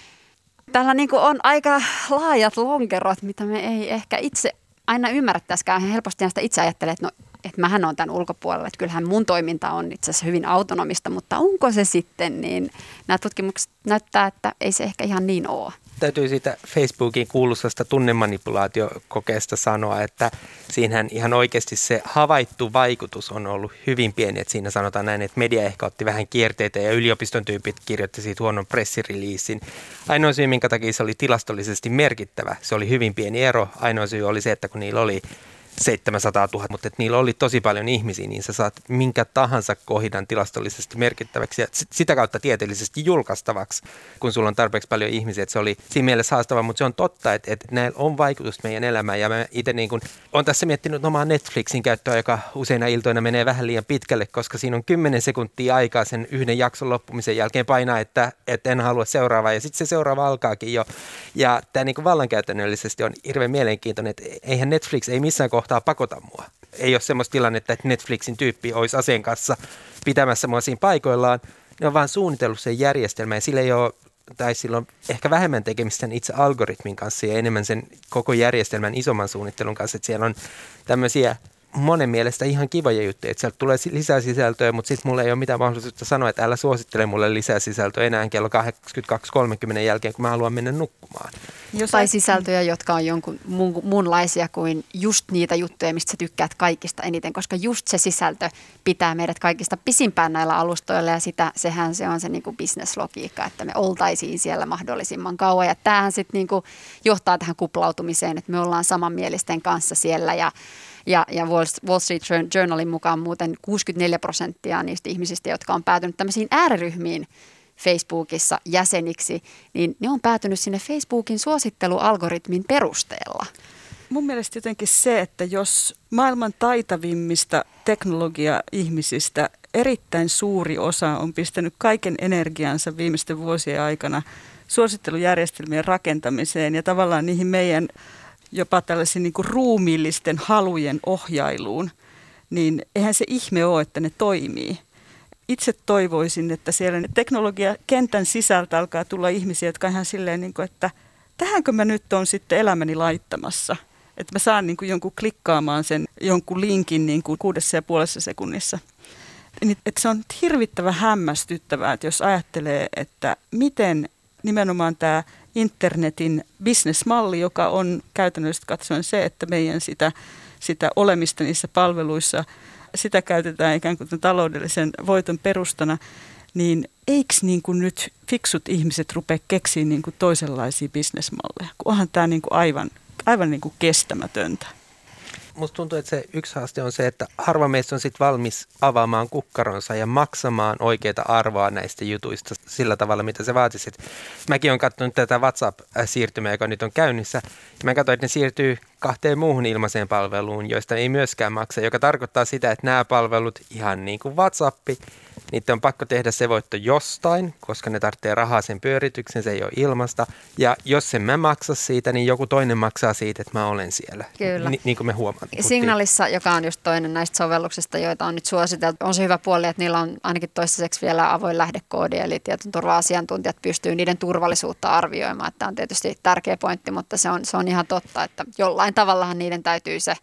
tällä niin kuin on aika laajat lonkerot, mitä me ei ehkä itse aina ymmärrettäisikään. Helposti sitä itse ajattelee, että no, että mähän on tämän ulkopuolella, että kyllähän mun toiminta on itse asiassa hyvin autonomista, mutta onko se sitten, niin nämä tutkimukset näyttää, että ei se ehkä ihan niin ole. Täytyy siitä Facebookin kuuluisasta tunnemanipulaatiokokeesta sanoa, että siinähän ihan oikeasti se havaittu vaikutus on ollut hyvin pieni. Että siinä sanotaan näin, että media ehkä otti vähän kierteitä ja yliopiston tyypit kirjoitti siitä huonon pressireleasin. Ainoa syy, minkä takia se oli tilastollisesti merkittävä, se oli hyvin pieni ero. Ainoa syy oli se, että kun niillä oli seitsemänsataatuhatta, mutta että niillä oli tosi paljon ihmisiä, niin sä saat minkä tahansa kohdan tilastollisesti merkittäväksi ja sitä kautta tieteellisesti julkaistavaksi, kun sulla on tarpeeksi paljon ihmisiä. Että se oli siinä mielessä haastava, mutta se on totta, että, että näillä on vaikutusta meidän elämään. Ja mä itse niin kuin olen tässä miettinyt omaa Netflixin käyttöä, joka useina iltoina menee vähän liian pitkälle, koska siinä on kymmenen sekuntia aikaa sen yhden jakson loppumisen jälkeen painaa, että, että en halua seuraavaa. Ja sitten se seuraava alkaakin jo. Ja tämä niin kuin vallankäytännöllisesti on hirveän mielenkiintoinen, että eihän Netflix ei missään kohtaa pakota mua. Ei ole semmoista tilannetta, että Netflixin tyyppi olisi aseen kanssa pitämässä mua siinä paikoillaan. Ne on vaan suunnitellut sen järjestelmän ja sillä ei ole, tai sillä on ehkä vähemmän tekemistä sen itse algoritmin kanssa ja enemmän sen koko järjestelmän isomman suunnittelun kanssa. Että siellä on tämmöisiä monen mielestä ihan kivoja juttuja, että sieltä tulee lisää sisältöä, mutta sitten mulla ei ole mitään mahdollisuutta sanoa, että älä suosittele mulle lisää sisältöä enää kello kaksikymmentäkaksi kolmekymmentä jälkeen, kun mä haluan mennä nukkumaan. Jos tai sisältöjä, jotka on jonkun muun, muunlaisia kuin just niitä juttuja, mistä sä tykkäät kaikista eniten, koska just se sisältö pitää meidät kaikista pisimpään näillä alustoilla ja sitä, sehän se on se niin kuin business-logiikka, että me oltaisiin siellä mahdollisimman kauan ja tämähän sitten niin kuin johtaa tähän kuplautumiseen, että me ollaan samanmielisten kanssa siellä ja Ja, ja Wall Street Journalin mukaan muuten kuusikymmentäneljä prosenttia niistä ihmisistä, jotka on päätynyt tämmöisiin ääriryhmiin Facebookissa jäseniksi, niin ne on päätynyt sinne Facebookin suosittelualgoritmin perusteella. Mun mielestä jotenkin se, että jos maailman taitavimmista teknologia-ihmisistä erittäin suuri osa on pistänyt kaiken energiansa viimeisten vuosien aikana suosittelujärjestelmien rakentamiseen ja tavallaan niihin meidän jopa tällaisiin niin kuin ruumiillisten halujen ohjailuun, niin eihän se ihme ole, että ne toimii. Itse toivoisin, että siellä teknologiakentän sisältä alkaa tulla ihmisiä, jotka on ihan silleen, niin kuin, että tähänkö mä nyt on sitten elämäni laittamassa. Että mä saan niin kuin jonkun klikkaamaan sen jonkun linkin niin kuin kuudessa ja puolessa sekunnissa. Että se on hirvittävän hämmästyttävää, että jos ajattelee, että miten nimenomaan tämä internetin bisnesmalli, joka on käytännössä katsoen se, että meidän sitä, sitä olemista niissä palveluissa, sitä käytetään ikään kuin taloudellisen voiton perustana, niin eikö niin kuin nyt fiksut ihmiset rupea keksiä niin kuin toisenlaisia bisnesmalleja, kun onhan tämä niin kuin aivan, aivan niin kuin kestämätöntä. Musta tuntuu, että se yksi haaste on se, että harva meistä on sitten valmis avaamaan kukkaronsa ja maksamaan oikeaa arvoa näistä jutuista sillä tavalla, mitä se vaatisi. Mäkin olen katsonut tätä WhatsApp-siirtymää, joka nyt on käynnissä. Ja mä katsoin, että ne siirtyy kahteen muuhun ilmaiseen palveluun, joista ei myöskään maksa, joka tarkoittaa sitä, että nämä palvelut, ihan niin kuin WhatsApp, niiden on pakko tehdä se voitto jostain, koska ne tarvitsee rahaa sen pyörityksen, se ei ole ilmasta. Ja jos en mä maksa siitä, niin joku toinen maksaa siitä, että mä olen siellä. Kyllä. Ni- niin kuin me huomaan. Signalissa, joka on just toinen näistä sovelluksista, joita on nyt suositeltu, on se hyvä puoli, että niillä on ainakin toistaiseksi vielä avoin lähdekoodi, eli tietoturva-asiantuntijat pystyy niiden turvallisuutta arvioimaan. Tämä on tietysti tärkeä pointti, mutta se on, se on ihan totta, että jollain tavallahan niiden täytyy se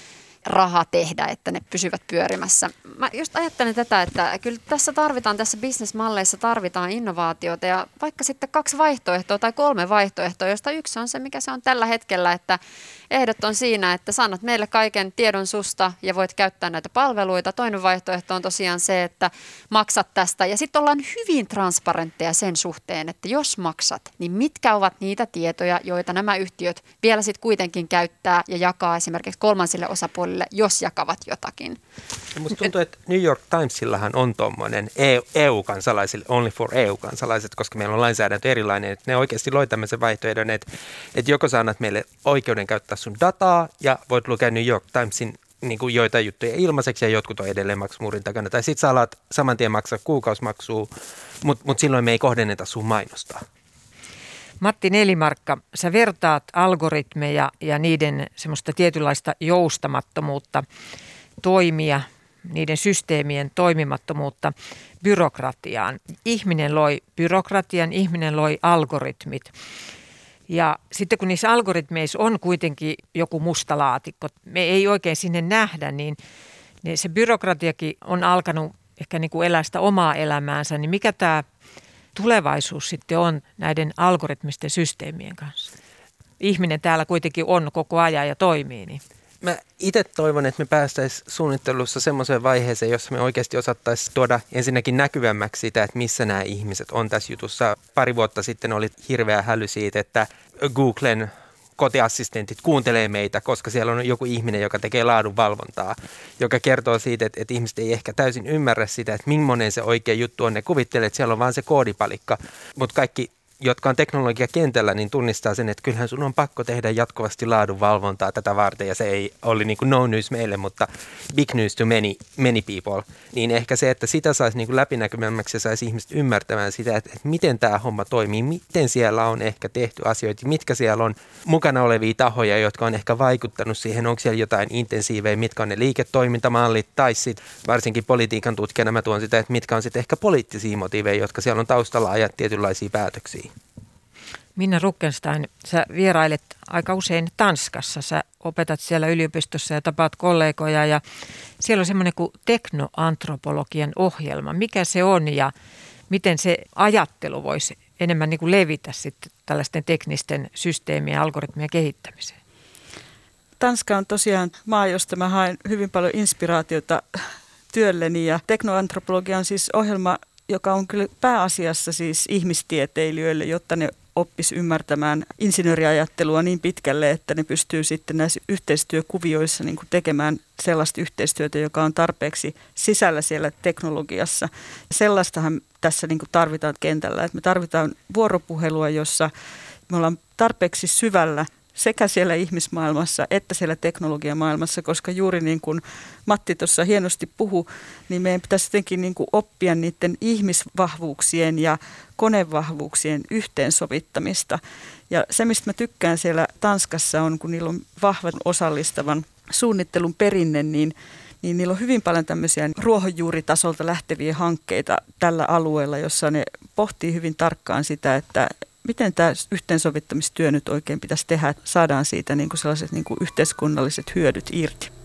raha tehdä, että ne pysyvät pyörimässä. Mä just ajattelen tätä, että kyllä tässä tarvitaan, tässä bisnesmalleissa tarvitaan innovaatiota ja vaikka sitten kaksi vaihtoehtoa tai kolme vaihtoehtoa, josta yksi on se, mikä se on tällä hetkellä, että ehdot on siinä, että saanat meille kaiken tiedon susta ja voit käyttää näitä palveluita. Toinen vaihtoehto on tosiaan se, että maksat tästä ja sitten ollaan hyvin transparentteja sen suhteen, että jos maksat, niin mitkä ovat niitä tietoja, joita nämä yhtiöt vielä sitten kuitenkin käyttää ja jakaa esimerkiksi kolmansille osapuolille, jos jakavat jotakin. Musta tuntuu, että New York Timesillahan on tuommoinen E U-kansalaisille, only for E U-kansalaiset, koska meillä on lainsäädäntö erilainen, että ne oikeasti loi tämmöisen vaihtoehdon, että, että joko sä annat meille oikeuden käyttää sun dataa ja voit lukea New York Timesin niin kuin joitain juttuja ilmaiseksi ja jotkut on edelleen maksumuurin takana. Tai sitten sä alat saman tien maksaa kuukausimaksua, mutta mut silloin me ei kohdenneta sun mainostaa. Matti Nelimarkka, sä vertaat algoritmeja ja niiden semmoista tietynlaista joustamattomuutta toimia, niiden systeemien toimimattomuutta byrokratiaan. Ihminen loi byrokratian, ihminen loi algoritmit. Ja sitten kun niissä algoritmeissa on kuitenkin joku musta laatikko, me ei oikein sinne nähdä, niin, niin se byrokratiakin on alkanut ehkä niin kuin elää sitä omaa elämäänsä. Niin mikä tämä tulevaisuus sitten on näiden algoritmisten systeemien kanssa? Ihminen täällä kuitenkin on koko ajan ja toimii. Niin. Mä itse toivon, että me päästäisiin suunnittelussa semmoiseen vaiheeseen, jossa me oikeasti osattaisiin tuoda ensinnäkin näkyvämmäksi sitä, että missä nämä ihmiset on tässä jutussa. Pari vuotta sitten oli hirveä häly siitä, että Googlen kotiassistentit kuuntelee meitä, koska siellä on joku ihminen, joka tekee laadunvalvontaa, joka kertoo siitä, että, että ihmiset ei ehkä täysin ymmärrä sitä, että millainen se oikea juttu on. Ne kuvittelee, että siellä on vaan se koodipalikka, mutta kaikki, jotka on teknologiakentällä, niin tunnistaa sen, että kyllähän sun on pakko tehdä jatkuvasti laadunvalvontaa tätä varten, ja se ei oli niin kuin no news meille, mutta big news to many, many people. Niin ehkä se, että sitä saisi niin kuin läpinäkyvämmäksi ja saisi ihmiset ymmärtämään sitä, että, että miten tämä homma toimii, miten siellä on ehkä tehty asioita, mitkä siellä on mukana olevia tahoja, jotka on ehkä vaikuttanut siihen, onko siellä jotain intensiivejä, mitkä on ne liiketoimintamallit, tai sitten varsinkin politiikan tutkijana mä tuon sitä, että mitkä on sitten ehkä poliittisia motiiveja, jotka siellä on taustalla ajat tietynlaisia päätöksiä. Minna Ruckenstein, sä vierailet aika usein Tanskassa. Sä opetat siellä yliopistossa ja tapaat kollegoja ja siellä on semmoinen kuin teknoantropologian ohjelma. Mikä se on ja miten se ajattelu voisi enemmän niin kuin levitä sitten tällaisten teknisten systeemien ja algoritmien kehittämiseen? Tanska on tosiaan maa, josta mä haen hyvin paljon inspiraatiota työlleni ja teknoantropologia on siis ohjelma, joka on kyllä pääasiassa siis ihmistieteilijöille, jotta ne oppisi ymmärtämään insinööriajattelua niin pitkälle, että ne pystyy sitten näissä yhteistyökuvioissa niin kuin tekemään sellaista yhteistyötä, joka on tarpeeksi sisällä siellä teknologiassa. Sellaistahan tässä niin kuin tarvitaan kentällä, että me tarvitaan vuoropuhelua, jossa me ollaan tarpeeksi syvällä sekä siellä ihmismaailmassa että siellä teknologiamaailmassa, koska juuri niin kuin Matti tuossa hienosti puhui, niin meidän pitäisi jotenkin niin kuin oppia niiden ihmisvahvuuksien ja konevahvuuksien yhteensovittamista. Ja se, mistä mä tykkään siellä Tanskassa on, kun niillä on vahvan osallistavan suunnittelun perinne, niin niin niillä on hyvin paljon tämmöisiä ruohonjuuritasolta lähteviä hankkeita tällä alueella, jossa ne pohtii hyvin tarkkaan sitä, että miten tämä yhteensovittamistyö nyt oikein pitäisi tehdä, että saadaan siitä niin kuin sellaiset niin kuin yhteiskunnalliset hyödyt irti.